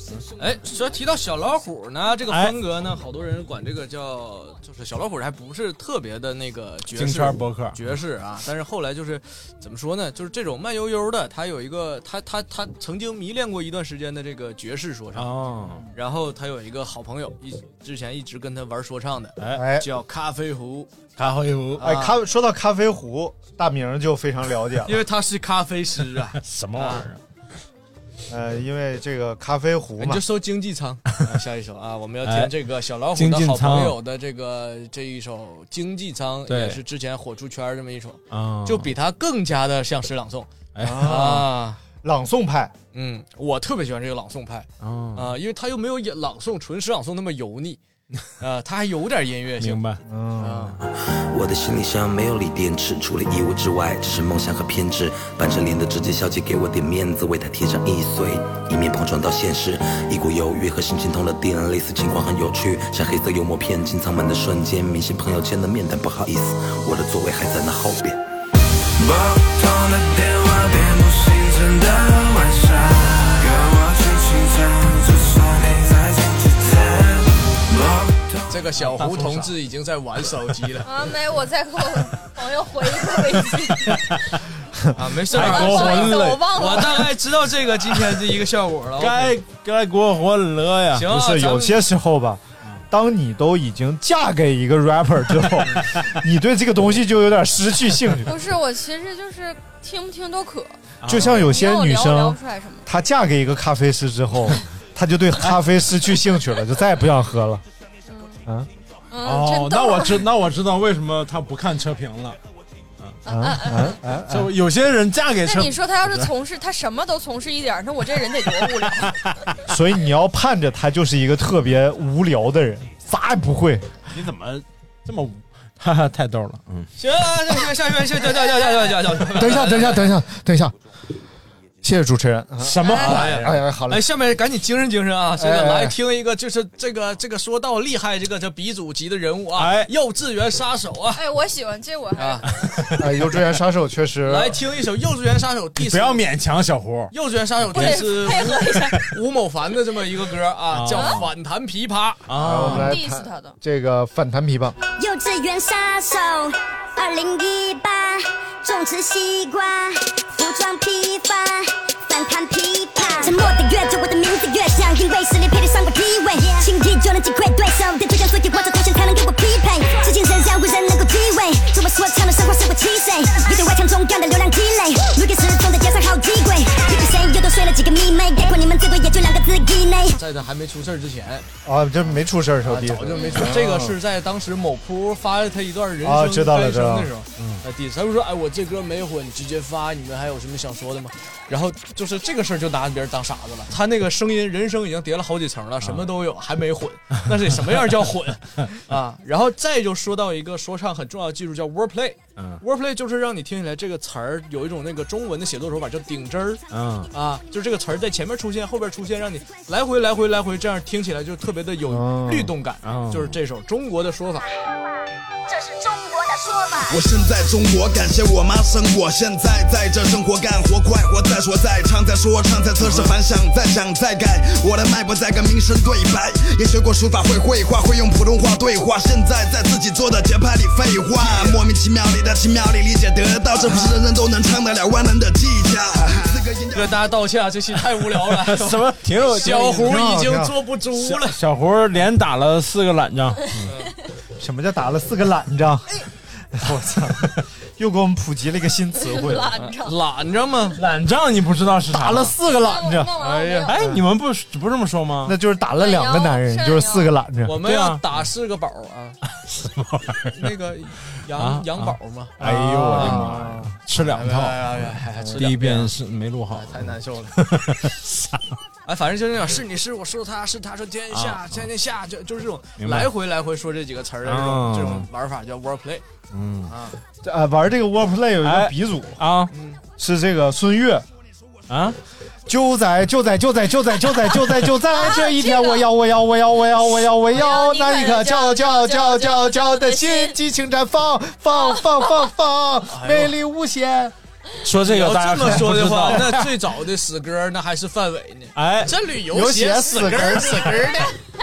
哎，说提到小老虎呢，这个风格呢，好多人管这个叫，就是小老虎还不是特别的那个爵士京圈博客爵士啊，但是后来就是怎么说呢，就是这种慢悠悠的，他有一个他他他曾经迷恋过一段时间的这个爵士说唱， 哦， 然后他有一个好朋友，一之前一直跟他玩说唱的， 哎， 叫咖啡壶， 咖啡壶， 哎，咖说到咖啡壶，大明就非常了解了， 因为他是咖啡师啊， 什么玩意儿？ 呃，因为这个咖啡壶嘛， 你就搜经济舱、啊。下一首啊，我们要听这个小老虎的好朋友的这个这一首经济舱，也是之前火出圈这么一首， 啊， 就比他更加的像诗朗诵， 哎啊， 朗诵派， 嗯，我特别喜欢这个朗诵派，啊，啊因为他又没有朗诵纯诗朗诵那么油腻。呃，他还有点音乐性， 明白。 嗯， 我的行李箱没有锂电池，除了衣物之外，只是梦想和偏执。板着脸的直接小姐给我点面子，为她贴上易碎，以免碰撞到现实。一股犹豫和心情通了电，类似情况很有趣，像黑色幽默片进舱门的瞬间，明星朋友圈的面，但不好意思，我的座位还在那后边。拨通了电话，遍布星辰的晚上，跟我去清晨，就算你在经济舱。 这个小胡同志已经在玩手机了啊！没，我在给我朋友回一个微信啊，没事， 我忘了， 我大概知道这个今天这一个效果了。 该该过活了呀！ 行， 不是有些时候吧，当你都已经嫁给一个 rapper 之后，你对这个东西就有点失去兴趣。 不是，我其实就是听不听都可。 就像有些女生，她嫁给一个咖啡师之后。他就对咖啡失去兴趣了，就再也不想喝了。 嗯， 哦，那我知那我知道为什么他不看车评了。 啊啊啊！ 就有些人嫁给车， 那你说他要是从事，他什么都从事一点，那我这人得多无聊。 所以你要盼着他就是一个特别无聊的人，啥也不会。 你怎么这么无？哈哈，太逗了。嗯， 行啊，下下面下下下下下下下， 等一下，等一下，等一下，等一下。谢谢主持人。 什么玩意儿？ 哎呀，好了， 哎，下面赶紧精神精神啊！这个来听一个，就是这个这个说到厉害，这个叫鼻祖级的人物啊， 哎， 幼稚园杀手啊！ 哎，我喜欢这我还。 哎，幼稚园杀手确实。 来听一首《幼稚园杀手》第。 不要勉强小胡。 幼稚园杀手第是吴某凡的这么一个歌啊，叫《反弹琵琶》 啊。我们来看这个反弹琵琶。 幼稚园杀手，二零一八，种植西瓜，服装批发。反弹琵琶，沉默的越久，我的名字越响，因为实力配得上我地位，轻易就能击溃对手，得这样所以我这头衔才能给我匹配。至今仍然无人能够击溃，做我所唱的生活是我七岁，一对外强中干的流量积累，如今始终在街上好几轨，你比谁又多睡了几个迷妹，概括你们最多也就两个字以内。 在他还没出事之前啊，这没出事时候， 早就没出。这个是在当时某铺发了他一段人生该生的时候， 嗯， 第他就说，哎，我这歌没混，直接发，你们还有什么想说的吗？然后就是这个事儿就拿别人当傻子了。他那个声音人声已经叠了好几层了，什么都有，还没混，那是什么样叫混啊？然后再就说到一个说唱很重要的技术叫 wordplay， 嗯 ，wordplay 就是让你听起来这个词儿有一种那个中文的写作手法叫顶针儿，嗯啊，就是这个词儿在前面出现，后边出现，让你来回来回来回这样听起来就特别的有律动感， 嗯、 就是这首中国的说法。 这是中国的说法。 我身在中国，感谢我妈生我。现在在这生活，干活快活，在说在唱，在说唱，在测试反响，在想在改。我的脉搏在跟名声对白，也学过书法，会绘画，会用普通话对话。现在在自己做的节拍里废话，莫名其妙里的奇妙里理解得到，这不是人人都能唱得了万能的技巧。 跟大家道歉啊，这期太无聊了。 什么？挺有小胡已经坐不住了。 小胡连打了四个懒仗。 什么叫打了四个懒仗？我操！又给我们普及了一个新词汇。 懒仗， 懒仗吗？ 懒仗你不知道是啥？ 打了四个懒仗。 哎呀， 哎，你们不不这么说吗？ 那就是打了两个男人，就是四个懒仗。 我们要打四个宝啊！ 什么玩意儿？ 那个羊羊宝嘛。 哎呦我的妈呀！吃两套。第一遍是没录好， 太难受了。哎，反正就是那种是你是我说他是他说天下天天下，就就是这种来回来回说这几个词儿的这种这种玩法叫 wordplay。 嗯啊啊，玩这个 wordplay 有一个鼻祖啊，是这个孙悦啊。就在就在就在就在就在就在就在这一天，我要我要我要我要我要我要那一颗叫叫叫叫叫的心，激情绽放放放放放，魅力无限。 说这个大家要这么说的话， 可能不知道那最早的死歌那还是范伟呢。 哎， 这旅游写死歌死歌的。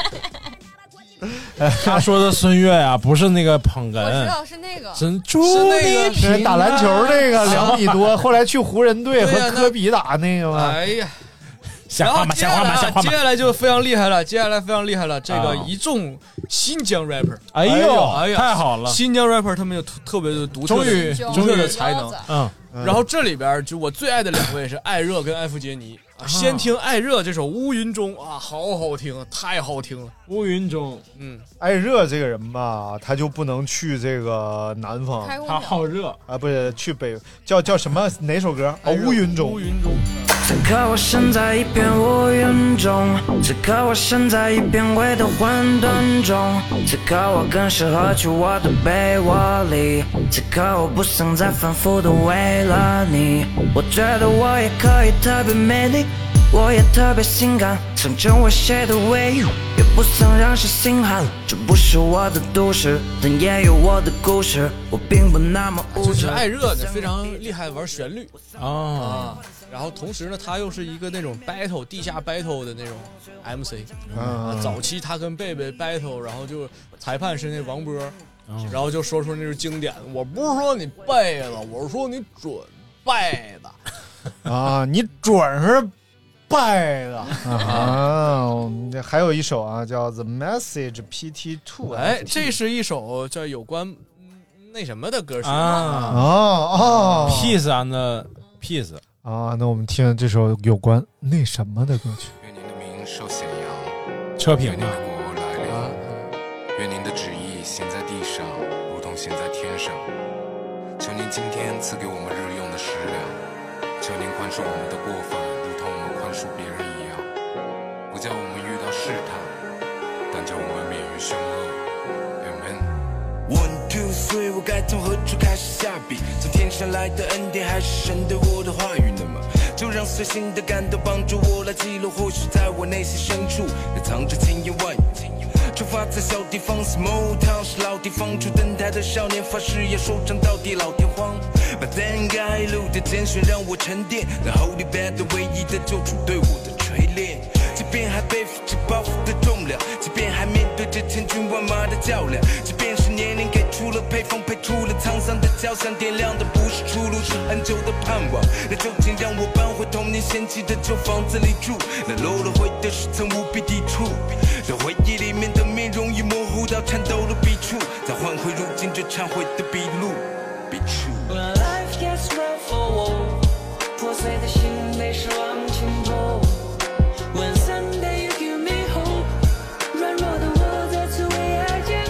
他说的孙悦啊，不是那个捧哏， 我知道是那个， 是是那个是打篮球那个两米多，后来去湖人队和科比打那个吗？ 哎呀， 像话吗？像话吗？像话吗？ 接下来就非常厉害了，接下来非常厉害了，这个啊一众新疆 rapper， 哎呦， 哎呀， 太好了！ 新疆 rapper 他们有特别的独特终于的独特的才能， 嗯。 然后这里边就我最爱的两位是艾热跟艾弗杰尼。啊、先听艾热这首《乌云中》啊，好好听，太好听了。 乌云中， 嗯， 艾热这个人吧，他就不能去这个南方， 他好热啊，不是去北叫叫什么哪首歌？哦，乌云中。 乌云中。 此刻我身在一片乌云中，此刻我身在一片灰的混沌中，此刻我更适合去我的被窝里，此刻我不想再反复的为了你，我觉得我也可以特别美丽，我也特别性感，想成为谁的唯一，也不想让谁心寒。这不是我的都市，但也有我的故事，我并不那么无知。 就是艾热呢，非常厉害玩旋律啊、 哦，然后同时呢，他又是一个那种 battle 地下 battle 的那种 M C 啊。早期他跟贝贝 battle， 然后就裁判是那王波，嗯、然后就说出那种经典：我不是说你背的，我是说你准背的啊，你准是。拜的啊，还有一首啊，叫《The Message P T Two》。 哎，这是一首叫有关那什么的歌曲啊哦哦 ，Peace and Peace 啊。那我们听这首有关那什么的歌曲。 愿您的名受显扬， 车评啊。 愿您的国来临，愿您的旨意行在地上，如同行在天上。求您今天赐给我们日用的食粮，求您宽恕我们的过犯。宽恕别人一样，不叫我们遇到试探，但叫我们免于凶恶。Amen。 One two three， 我该从何处开始下笔？从天上来的恩典，还是神对我的话语？那么，就让随心的感动帮助我来记录，或许在我内心深处，也藏着千言万语。出发在小地方 ，small town 是老地方，初登台的少年发誓要说唱到底，老天荒。把单该路的拣选让我沉淀，那 Holy Bad 唯一的救主对我的锤炼。即便还背负着包袱的重量，即便还面对着千军万马的较量，即便是年龄给出了配方，配出了沧桑的交响，点亮的不是出路，是很久的盼望。那就请让我搬回童年嫌弃的旧房子里住，那漏了灰的是曾无比抵触，在回忆里面的面容已模糊到颤抖的笔触，再换回如今这忏悔的笔录。Be true. When life gets rough for war， 破碎的心被失望侵破。When someday you give me hope， 软弱的我再次为爱坚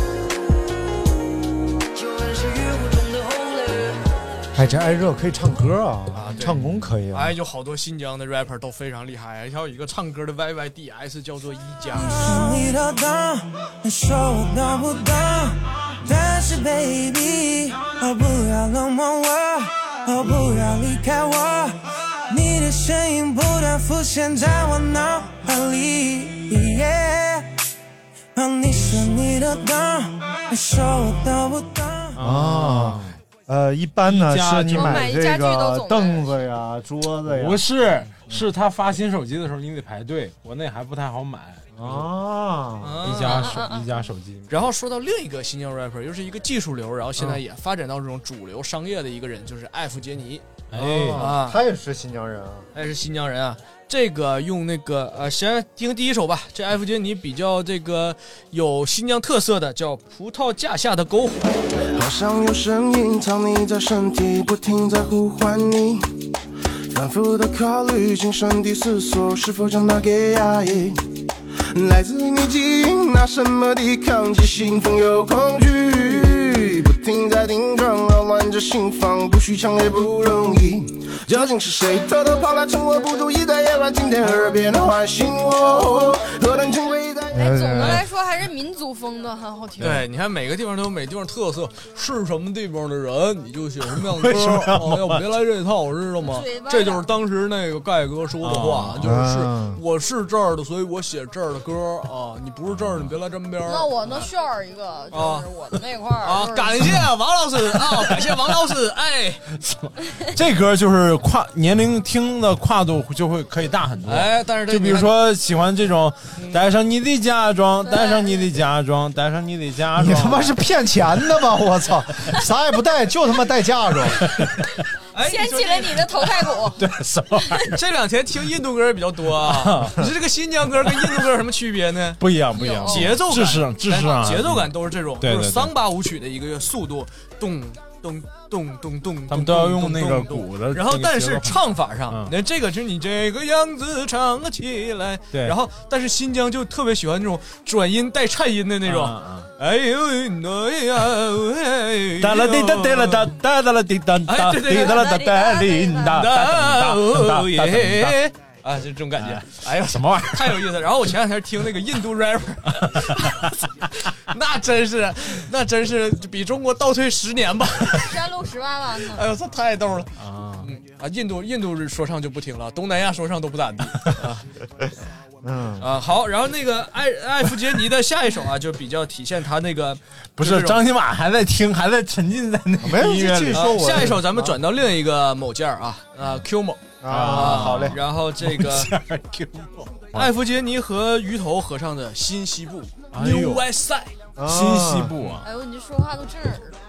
固。救恩是雨雾中的Holy。 哎，这艾热可以唱歌啊，啊唱功可以啊。 哎，有好多新疆的 rapper 都非常厉害，还有一个唱歌的 Y Y D S 叫做一加。 你的当，你说我当不当？但是 baby， 哦不要冷漠我，哦不要离开我，你的身影不断浮现在我脑海里。Yeah， 哦你说你的当，你说我当不当？ 啊。呃，一般呢是你买这个凳子呀、桌子呀， 不是，是他发新手机的时候你得排队，国内还不太好买啊。 一加手一加手机。 然后说到另一个新疆 rapper， 又是一个技术流，然后现在也发展到这种主流商业的一个人，就是艾弗杰尼。 哎啊，他也是新疆人啊， 他也是新疆人啊。这个用那个呃，先听第一首吧。这艾弗杰尼比较这个有新疆特色的，叫《葡萄架下的篝火》。 好像有声音藏匿在身体，不停在呼唤你，反复的考虑，谨慎地思索，是否将它给压抑。来自你基因，拿什么抵抗？既兴奋又恐惧，不停在顶撞，扰乱着心房，不许强也不容易。究竟是谁偷偷跑来趁我不注意，在夜晚今天耳边唤醒我？何等珍贵在哎，总的来说还是民族风的很好听。 对，你看每个地方都有每地方特色，是什么地方的人你就喜欢什么样的歌。哦，要别来这套，知道吗？这就是当时那个盖哥说的话，就是是我是这儿的，所以我写这儿的歌啊。你不是这儿，你别来沾边。 那我能 share 一个，就是我的那块儿啊。感谢王老师啊，感谢王老师。哎， 这歌就是跨年龄听的跨度就会可以大很多。 哎，但是就比如说喜欢这种，带上你的嫁妆，带上你的嫁妆，带上你的嫁妆。 你他妈是骗钱的吗？我操，啥也不带，就他妈带嫁妆。 掀起了你的头盖骨。 对，什么玩意儿？ 这两天听印度歌也比较多啊。你说这个新疆歌跟印度歌有什么区别呢？ 不一样，不一样。 节奏感， 知识，知识啊， 节奏感都是这种， 对对对， 就是桑巴舞曲的一个速度，咚咚咚咚咚， 他们都要用那个鼓的。 然后，但是唱法上，那这个是你这个样子唱起来。 对。 然后，但是新疆就特别喜欢那种转音带颤音的那种。哎呦哎呀！ 哒啦滴哒哒啦哒哒哒啦滴哒哒滴哒啦哒哒滴哒哒哒哒耶！ 啊，就这种感觉。哎呀，什么玩意儿？ 太有意思。然后我前两天听那个印度 rapper， 那真是，那真是比中国倒退十年吧。 山路十八弯呢。 哎呦，这太逗了啊！嗯啊，印度印度说唱就不听了，东南亚说唱都不咋地啊。嗯啊，好，然后那个艾艾弗杰尼的下一首啊，就比较体现他那个不是张新马还在听，还在沉浸在那个音乐里。 啊、下一首咱们转到另一个某件啊，呃 ，Q 某啊，好嘞。 然后这个艾弗杰尼和鱼头合唱的《新西部》New West Side， 新西部啊。 哎呦，你这说话都震耳了。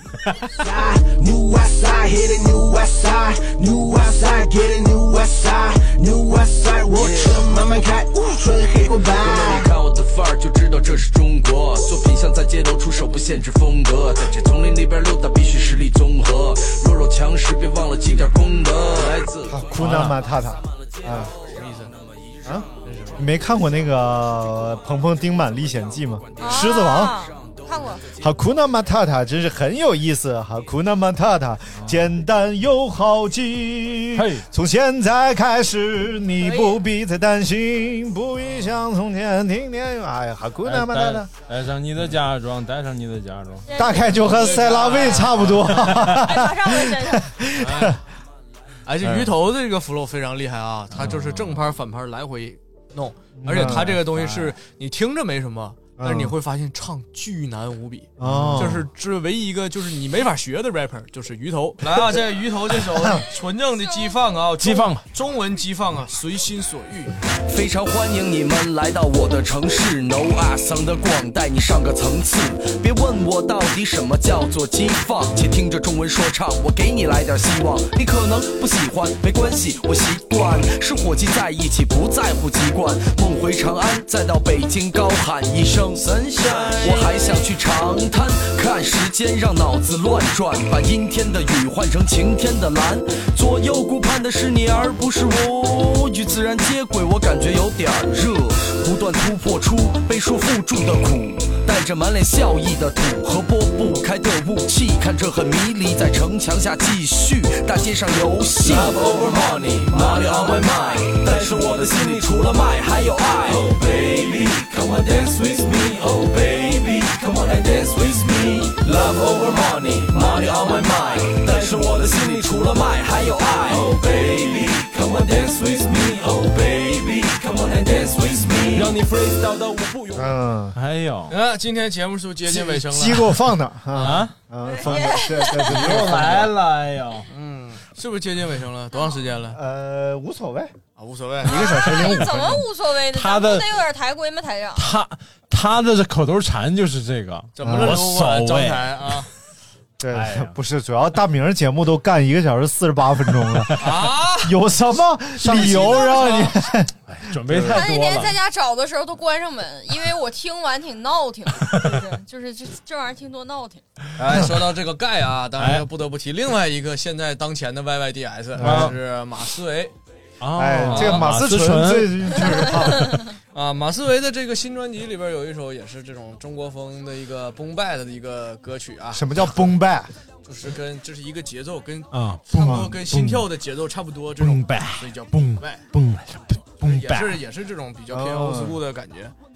New West Side, hit it, New West Side, New West Side, get it, New West Side, New West Side， 我车慢慢开，纯黑过白。 你看我的范儿就知道这是中国，作品像在街头出手，不限制风格，在这丛林里边溜达必须实力综合，弱肉强食别忘了积点功德。来自库纳马塔塔啊， 什么意思啊？你没看过那个《鹏鹏丁满历险记》吗？狮子王。 看过。 哈库纳马塔塔真是很有意思，哈库纳马塔塔简单又好记。从现在开始，你不必再担心，不必像从前听见。哎呀，哈库纳马塔塔， 带上你的嫁妆，带上你的嫁妆， 大概就和塞拉维差不多。 马上我身上。 而且鱼头的这个 flow 非常厉害啊，他就是正拍反拍来回弄，而且他这个东西是你听着没什么。但是你会发现唱巨难无比， 哦、 就是这唯一一个就是你没法学的 rapper 就是鱼头。来啊，这鱼头这首纯正的激放啊， 激放中文激放啊，随心所欲。 非常欢迎你们来到我的城市 ，No 阿桑的广带你上个层次。别问我到底什么叫做激放，且听着中文说唱，我给你来点希望。你可能不喜欢，没关系，我习惯是伙计在一起，不在乎籍贯。梦回长安，再到北京高喊一声。我还想去长滩看时间，让脑子乱转，把阴天的雨换成晴天的蓝。左右顾盼的是你，而不是我，与自然接轨，我感觉有点热。不断突破出被束缚住的苦，带着满脸笑意的土和拨不开的雾气，看着很迷离，在城墙下继续大街上游戏。Love over money, money on my mind， 但是我的心里除了卖还有爱。Oh baby, come on dance with me。Oh baby, come on and dance with me. Love over money, money on my mind. 但是我的心里除了卖还有爱。Oh baby, come on dance with me. Oh baby, come on and dance with me. 让你 freestyle 到我不用。 嗯， 还有啊，今天节目是不是接近尾声了？ 鸡给我放哪啊？ 啊， 嗯，放哪？对对对， 又来了，哎呦， 嗯，是不是接近尾声了？多长时间了？ 呃，无所谓啊，无所谓， 一个小时零五分钟。 怎么无所谓呢？ 他的得有点抬规吗，台长？ 他他的这口头禅就是这个， 怎么了？ 所谓啊。 对，哎、不是，主要大明节目都干一个小时四十八分钟了啊，有什么理由让你准备太多了？ 他那天在家找的时候都关上门，因为我听完挺闹挺，就是就是这这玩意儿听多闹挺。 哎，说到这个盖啊，当然不得不提另外一个现在当前的 Y Y D S，、哎、是马思唯。 哦、哎，这个马思纯最近确实胖啊。马思唯的这个新专辑里边有一首也是这种中国风的一个 boom bap 的一个歌曲啊。 什么叫 boom bap？ 就是跟这、就是一个节奏跟啊， 差不多跟心跳的节奏差不多这种 boom bap， 所以叫 boom bap。 boom boom 也是也是这种比较偏欧斯路的感觉。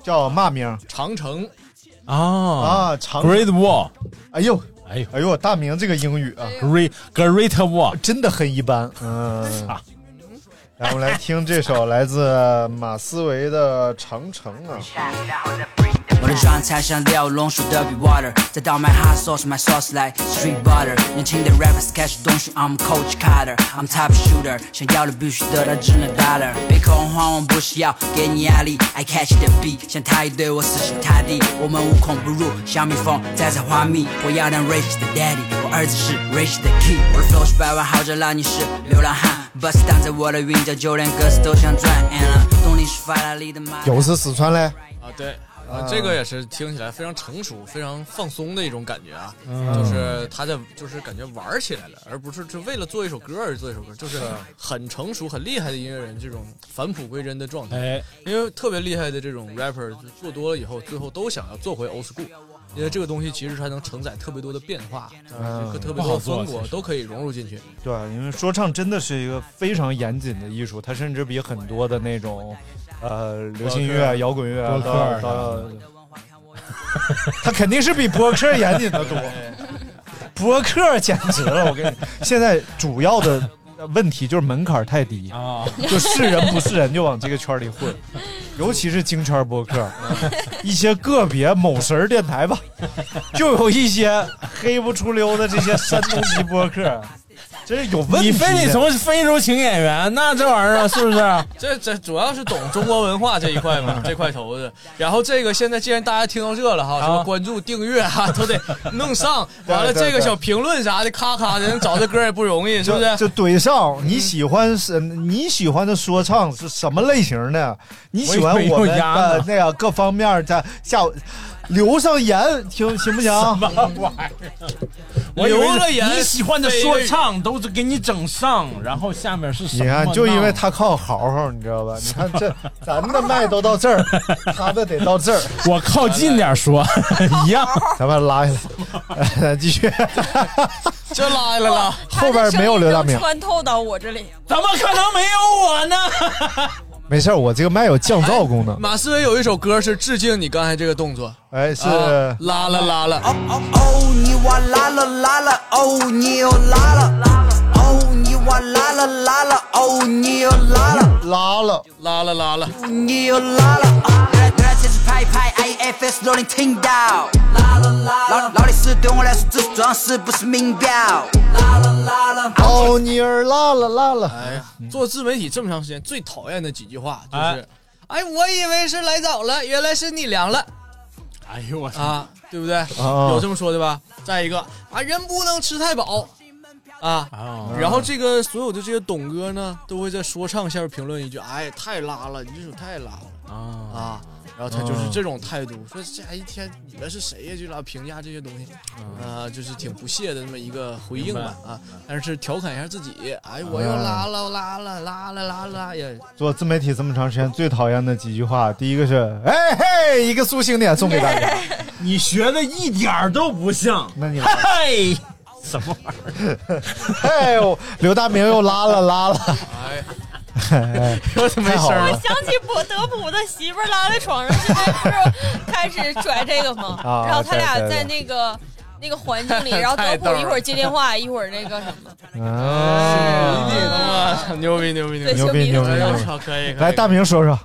叫嘛名？ 长城啊啊，长 Great Wall。 哎呦， 哎呦， 哎呦，大明这个英语啊 ，Great Great Wall 真的很一般。嗯，来，我们来听这首来自马思唯的《长城》啊。 我的状态像料龙鼠的 be water， 再倒卖 hot sauce， 买 sauce like street butter。年轻的 rappers 开始东西 ，I'm Coach Carter，I'm top shooter， 想要的必须得到，只能 dollar。别恐慌，我不需要给你压力 ，I catch the beat， 像他一对我死心塌地，我们无孔不入，小蜜蜂摘采花蜜。我要当 rich 的 daddy， 我儿子是 rich 的 key， 我的 flow 是百万豪宅，让你是流浪汉。bus 挡在我的韵脚，就连歌词都想转 ，and 动力是法拉利的马。 又是四川嘞？ 啊，对。啊，这个也是听起来非常成熟、非常放松的一种感觉啊， 嗯、 就是他在就是感觉玩起来了，而不是就为了做一首歌而做一首歌，就是很成熟、很厉害的音乐人这种返璞归真的状态。 哎， 因为特别厉害的这种 rapper 做多了以后，最后都想要做回 old school， 因为这个东西其实它能承载特别多的变化，嗯，特别多的风格都可以融入进去。 对，因为说唱真的是一个非常严谨的艺术，它甚至比很多的那种。呃，流行乐、摇滚乐都要都要，他肯定是比播客严谨的多。播客简直了，我跟你，现在主要的问题就是门槛太低啊，就是人不是人就往这个圈里混，尤其是京圈播客，一些个别某神电台吧，就有一些黑不出溜的这些山东籍播客。这有问题， 你非得从非洲请演员，那这玩意儿是不是？ 这这主要是懂中国文化这一块嘛，这块头子。然后这个现在既然大家听到这了哈，什么关注、订阅啊，都得弄上。完了，这个小评论啥的，咔咔的，能找这歌也不容易，是不是？ 就怼上。你喜欢是你喜欢的说唱是什么类型的？你喜欢我们的那个各方面的下午。留上言听行不行？什么玩意儿？我留了言， 你喜欢的说唱都是给你整上，然后下面是什么？ 你看，就因为他靠好好，你知道吧？你看这咱的麦都到这儿，他的得到这儿。 我靠近点说，一样。 咱们拉下来，继续。 就拉下来了， 后边没有刘大明， 穿透到我这里， 怎么可能没有我呢？ 没事，我这个麦有降噪功能。 马思唯有一首歌是致敬你刚才这个动作， 哎，是、 啊、拉了拉了。 哦哦哦，你哇拉了拉了，哦你又拉了，哦你哇拉了拉了，哦你又拉了， 拉了拉了拉了， 你又拉了。原来这是拍拍 I F S 都能听到，拉了拉了。劳力士对我来说只是装饰，不是名表。拉了拉了， 哦你儿拉了拉了。 哎，做自媒体这么长时间，最讨厌的几句话就是，哎，我以为是来早了，原来是你凉了。 哎呦我啊，对不对？ 哦、 有这么说的吧？再一个啊，人不能吃太饱啊。哦、然后这个所有的这些董哥呢，都会在说唱下面评论一句：“哎，太拉了，你这首太拉了啊啊！”然后他就是这种态度，说这一天你们是谁呀？就老评价这些东西，啊、呃，就是挺不屑的那么一个回应吧啊。但是调侃一下自己，哎，我又拉了拉了拉了拉了呀。 做自媒体这么长时间，最讨厌的几句话，第一个是，哎嘿，一个苏醒点送给大家， 你学的一点都不像， 那你嘿，什么玩意儿？ 嘿，刘大明又拉了拉了， 哎。 哎， 我怎么没声了？ 我想起博德普的媳妇拉在床上，现在不是开始拽这个吗？ 啊、 然后他俩在那个那个环境里，然后德普一会儿接电话，一会儿那个什么。 啊， 牛逼牛逼牛逼牛逼牛逼！ 好，可以。 来，大明说说。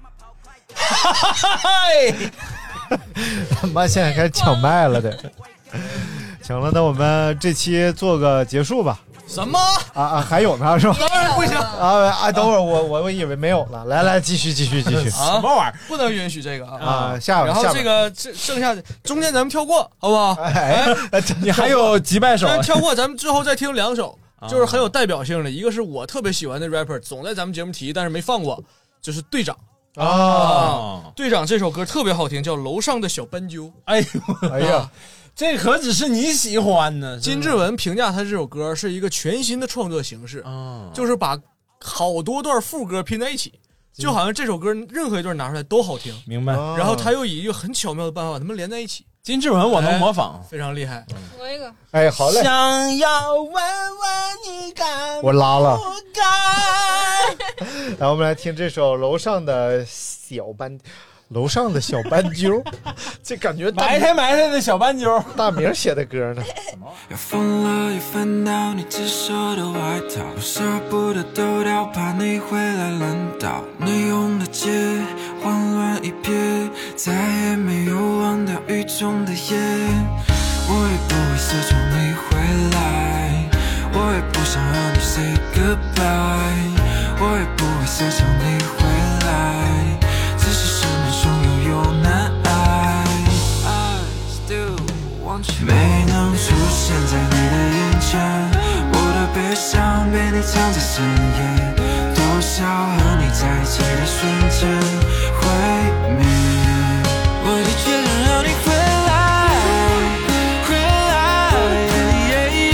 他妈现在开始抢麦了的，行了，那我们这期做个结束吧。 什么啊啊？还有呢是吧？ 当然不行啊啊！等会儿我我我以为没有了，来来继续继续继续。 什么玩意儿？不能允许这个啊！ 啊，下然后这个这剩下的中间咱们跳过，好不好？ 哎， 你还有几百首， 咱跳过，咱们之后再听两首，就是很有代表性的。一个是我特别喜欢的 rapper， 总在咱们节目提，但是没放过，就是队长。啊，队长这首歌特别好听，叫《楼上的小斑鸠》。 哎呦，哎呀。这可只是你喜欢呢。 金志文评价他这首歌是一个全新的创作形式， 哦、 就是把好多段副歌拼在一起，就好像这首歌任何一段拿出来都好听。 明白。 然后他又以一个很巧妙的办法把它们连在一起。 金志文我能模仿， 哎、非常厉害。 我一个。 哎，好嘞。 想要问问你敢我拉了。 不敢。 来，我们来听这首《楼上的小斑》。 楼上的小斑鸠，这感觉埋汰埋汰的小斑鸠， 大明写的歌呢。 要疯了，也翻到你只舍的外套，我舍不得丢掉，怕你回来冷到。霓虹的街，慌乱一瞥，再也没有忘掉雨中的夜。我也不会奢求你回来，我也不想和你 say goodbye， 我也不会奢求你回来，只是失眠中又有难挨。I still want you， 没能出现在你的眼前，我的悲伤被你藏在深夜，多少和你在一起的瞬间毁灭。我的确想让你回来，回来， yeah,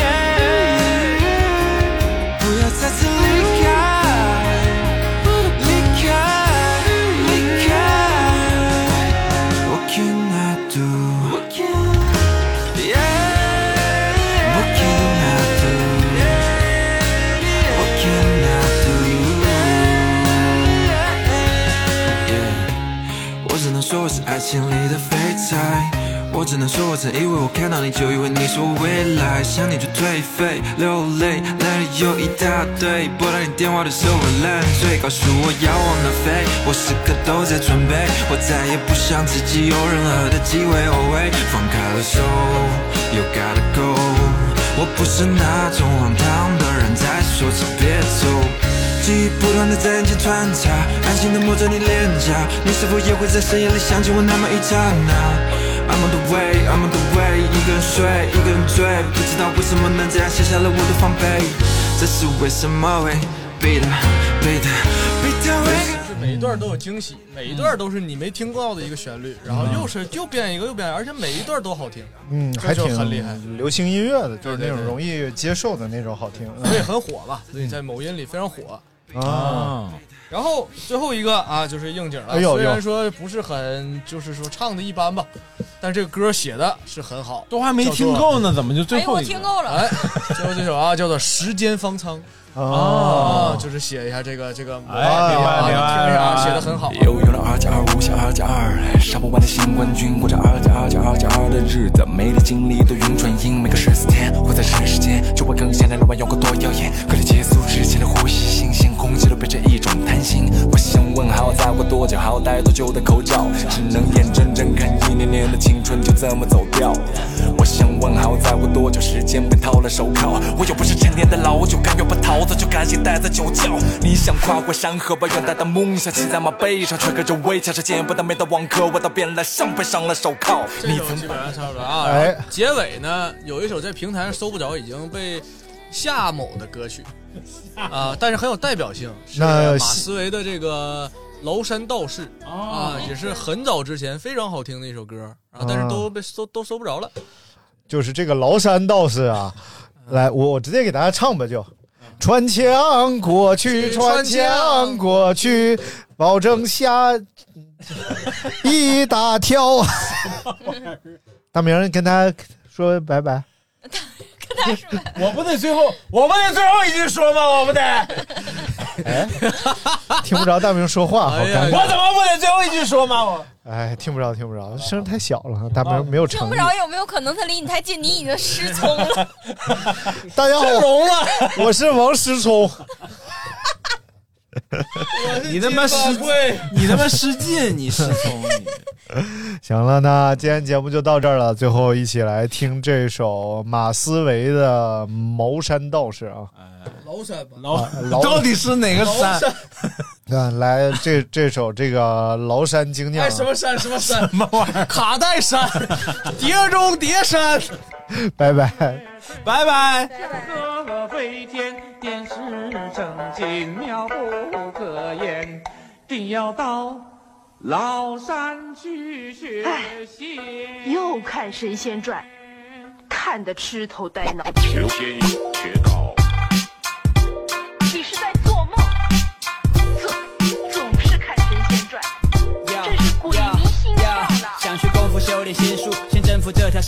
yeah， 不要再次离开，离开，离开。What can I do？ What can I do？What can I do？ 我只能说我是爱情里的废材，我只能说我曾以为我看到你就以为你是我未来，想你就颓废流泪，泪里有一大堆，拨打你电话的时候我烂醉，告诉我要往哪飞，我时刻都在准备，我再也不想自己有任何的机会后悔，放开了手 You gotta go， 我不是那种荒唐的人，再说次别走，记忆不断的在眼前穿插，安心的摸着你脸颊，你是否也会在深夜里想起我那么一刹那？ I'm on the way, I'm on the way， 一个人睡，一个人追，不知道为什么能这样卸下了我的防备，这是为什么会背的背的背的为。 每一段都有惊喜，每一段都是你没听到的一个旋律，然后又是又变一个又变，而且每一段都好听， 嗯，还挺很厉害。 流行音乐的，就是那种容易接受的那种好听， 所以很火吧？所以在某音里非常火啊。 然后最后一个啊，就是应景了。 哎呦， 虽然说不是很，就是说唱的一般吧，但这个歌写的是很好。 都还没听够呢，怎么就最后一个？ 哎，我听够了。 哎，最后这首啊，叫做《时间方舱》。 啊， 就是写一下这个这个， 哎，明白明白， 听一下，写的很好。 又有了二加二，无下二加二，杀不完的新冠军，过着二加二加二加二的日子，没的精力都运转因每个十四天，活在人世间，就会更显得浪漫，有个多耀眼。隔离结束之前的呼吸，新鲜空气都被这一种贪心。我想问，还要再过多久，还要戴多久的口罩？只能眼睁睁看一年年的青春就这么走掉。我想问，还要再过多久，时间被掏了手铐？我又不是成年的老酒，甘愿不逃。早就赶紧待在酒窖，你想跨过山河，把远大的梦想骑在马背上，却隔着围墙是见不到面的网课，我到变了上背上了手铐。 这首基本上差不多啊。哎，结尾呢有一首在平台上搜不着，已经被夏某的歌曲啊，但是很有代表性，是马思唯的这个《崂山道士》啊，也是很早之前非常好听的一首歌啊，但是都被搜都搜不着了。 就是这个崂山道士啊，来，我我直接给大家唱吧，就。穿墙过去，穿墙过去，保证下一大条。大明跟他说拜拜。 跟他说， 我不得最后，我不得最后一句说吗？我不得。 哎，听不着大明说话，好尴尬。 我怎么不得最后一句说吗？我哎，听不着，听不着，声太小了，大明没有诚意。 听不着，有没有可能他离你太近，你已经失聪了？ 大家好， 聋了， 我是王失聪。 你他妈失，你他妈失禁，你失聪你。 行了，那今天节目就到这儿了。最后一起来听这首马思唯的《崂山道士》啊。 崂山吧， 崂到底是哪个山？ 看来这这首这个崂山精酿， 哎，什么山什么山什么玩意儿？ 卡戴珊，叠中叠山。 拜拜， 拜拜。 鹤飞天，点石成金，妙不可言。定要到崂山去学习。 又看《神仙传》，看得痴头呆脑。 求仙学道。 你是在做梦？总总是看《神仙传》，真是鬼迷心窍了。 想学功夫，修炼心术，先征服这条山。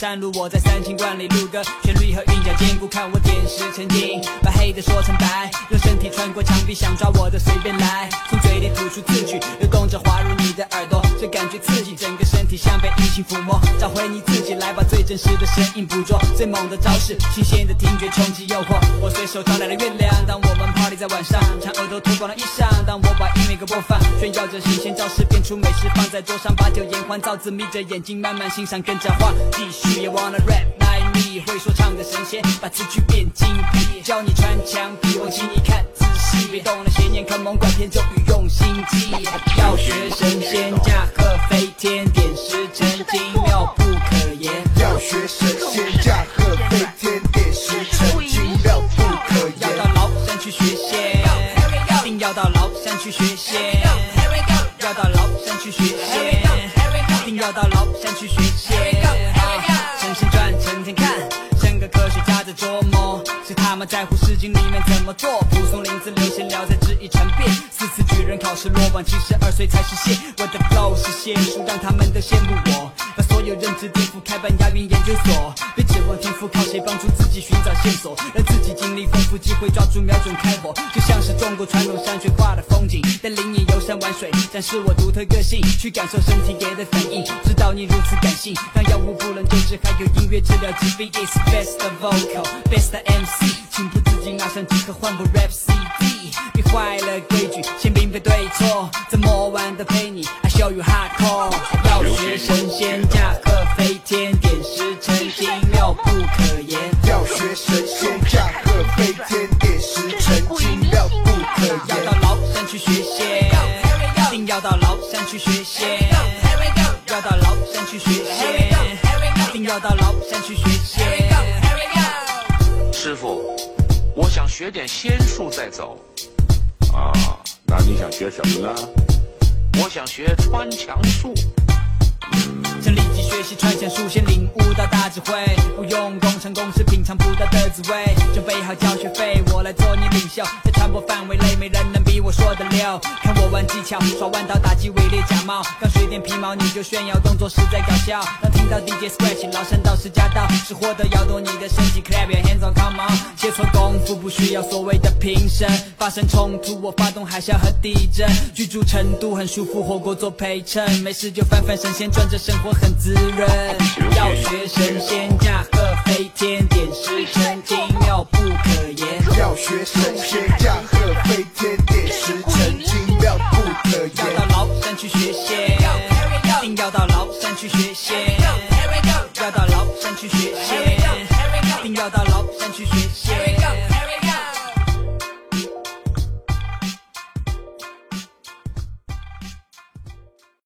山路，我在三清观里录歌，旋律和韵脚兼顾，看我点石成金，把黑的说成白，用身体穿过墙壁，想抓我的随便来，从嘴里吐出字句，流动着滑入你的耳朵，这感觉刺激，整个身体像被异性抚摸，找回你自己来，把最真实的声音捕捉，最猛的招式，新鲜的听觉冲击诱惑，我随手招来了月亮，当我们 party 在晚上，唱额头脱光了衣裳，当我把音乐给播放，炫耀着新鲜招式，变出美食放在桌上，把酒言欢，造字眯着眼睛慢慢欣赏，跟着画，继续也 wanna rap like me， 会说唱的神仙，把词句变精辟，教你穿墙壁，往心里看仔细，别动了邪念，看蒙拐骗咒语用心记，要学神仙驾鹤飞天，点石成金，妙不可言， 要学神仙驾鹤飞天，点石成金，妙不可言， 要到崂山去学仙，一定要到崂山去学仙，要到崂山去学仙，一定要到崂山去学仙，神仙传成天看，像个科学家在琢磨，谁他妈在乎诗经里面怎么做，蒲松龄自流闲聊在质疑成变，四次举人考试落榜，七十二岁才实现，我的 flow 是仙术，让他们都羡慕我，把所有认知颠覆，开办押韵研究所，别指望天赋，靠谁帮助自己寻找线索，让自己经历丰富，机会抓住瞄准开火，就像是中国传统山水画的风景，带领你游山玩水，展示我独特个性，去感受身体给的反应，知道你如此感性，让药物不能救治，还有音乐治疗疾病 ，It's best of vocal best of M C， 情不自禁拿上即刻换部 rap C D， 别坏了规矩，先并非对错，怎么玩的陪你 I show you hardcore， 要学神仙驾鹤飞天，点石成金，妙不可言， 要学神仙驾鹤飞天，点石成金，妙不可言， 要到崂山去学仙，一定要到崂山去学仙，要到崂山去学仙，一定要到崂山去学仙。 师傅，我想学点仙术再走。 啊，那你想学什么呢？ 我想学穿墙术。 想立即学习穿墙术，先领悟到大智慧，不用功成公式，品尝葡萄的滋味，准备好交学费，我来做你领袖，在传播范围内没人能比我说的溜，看我玩技巧，耍弯刀打击伪劣假冒，刚学点皮毛你就炫耀，动作实在搞笑，当听到 D J scratch 崂山道士驾到，是获得摇动你的身体 clap your hands on come on， 切磋功夫不需要所谓的评审，发生冲突我发动海啸和地震，居住成都很舒服，火锅做陪衬，没事就翻翻神仙传，这生活很滋润，要学神仙驾鹤飞天，点石成金，妙不可言， 要学神仙驾鹤飞天，点石成金，妙不可言， 要到崂山去学仙，一定要到崂山去学仙，要到崂山去学仙，一定要到崂山去学仙。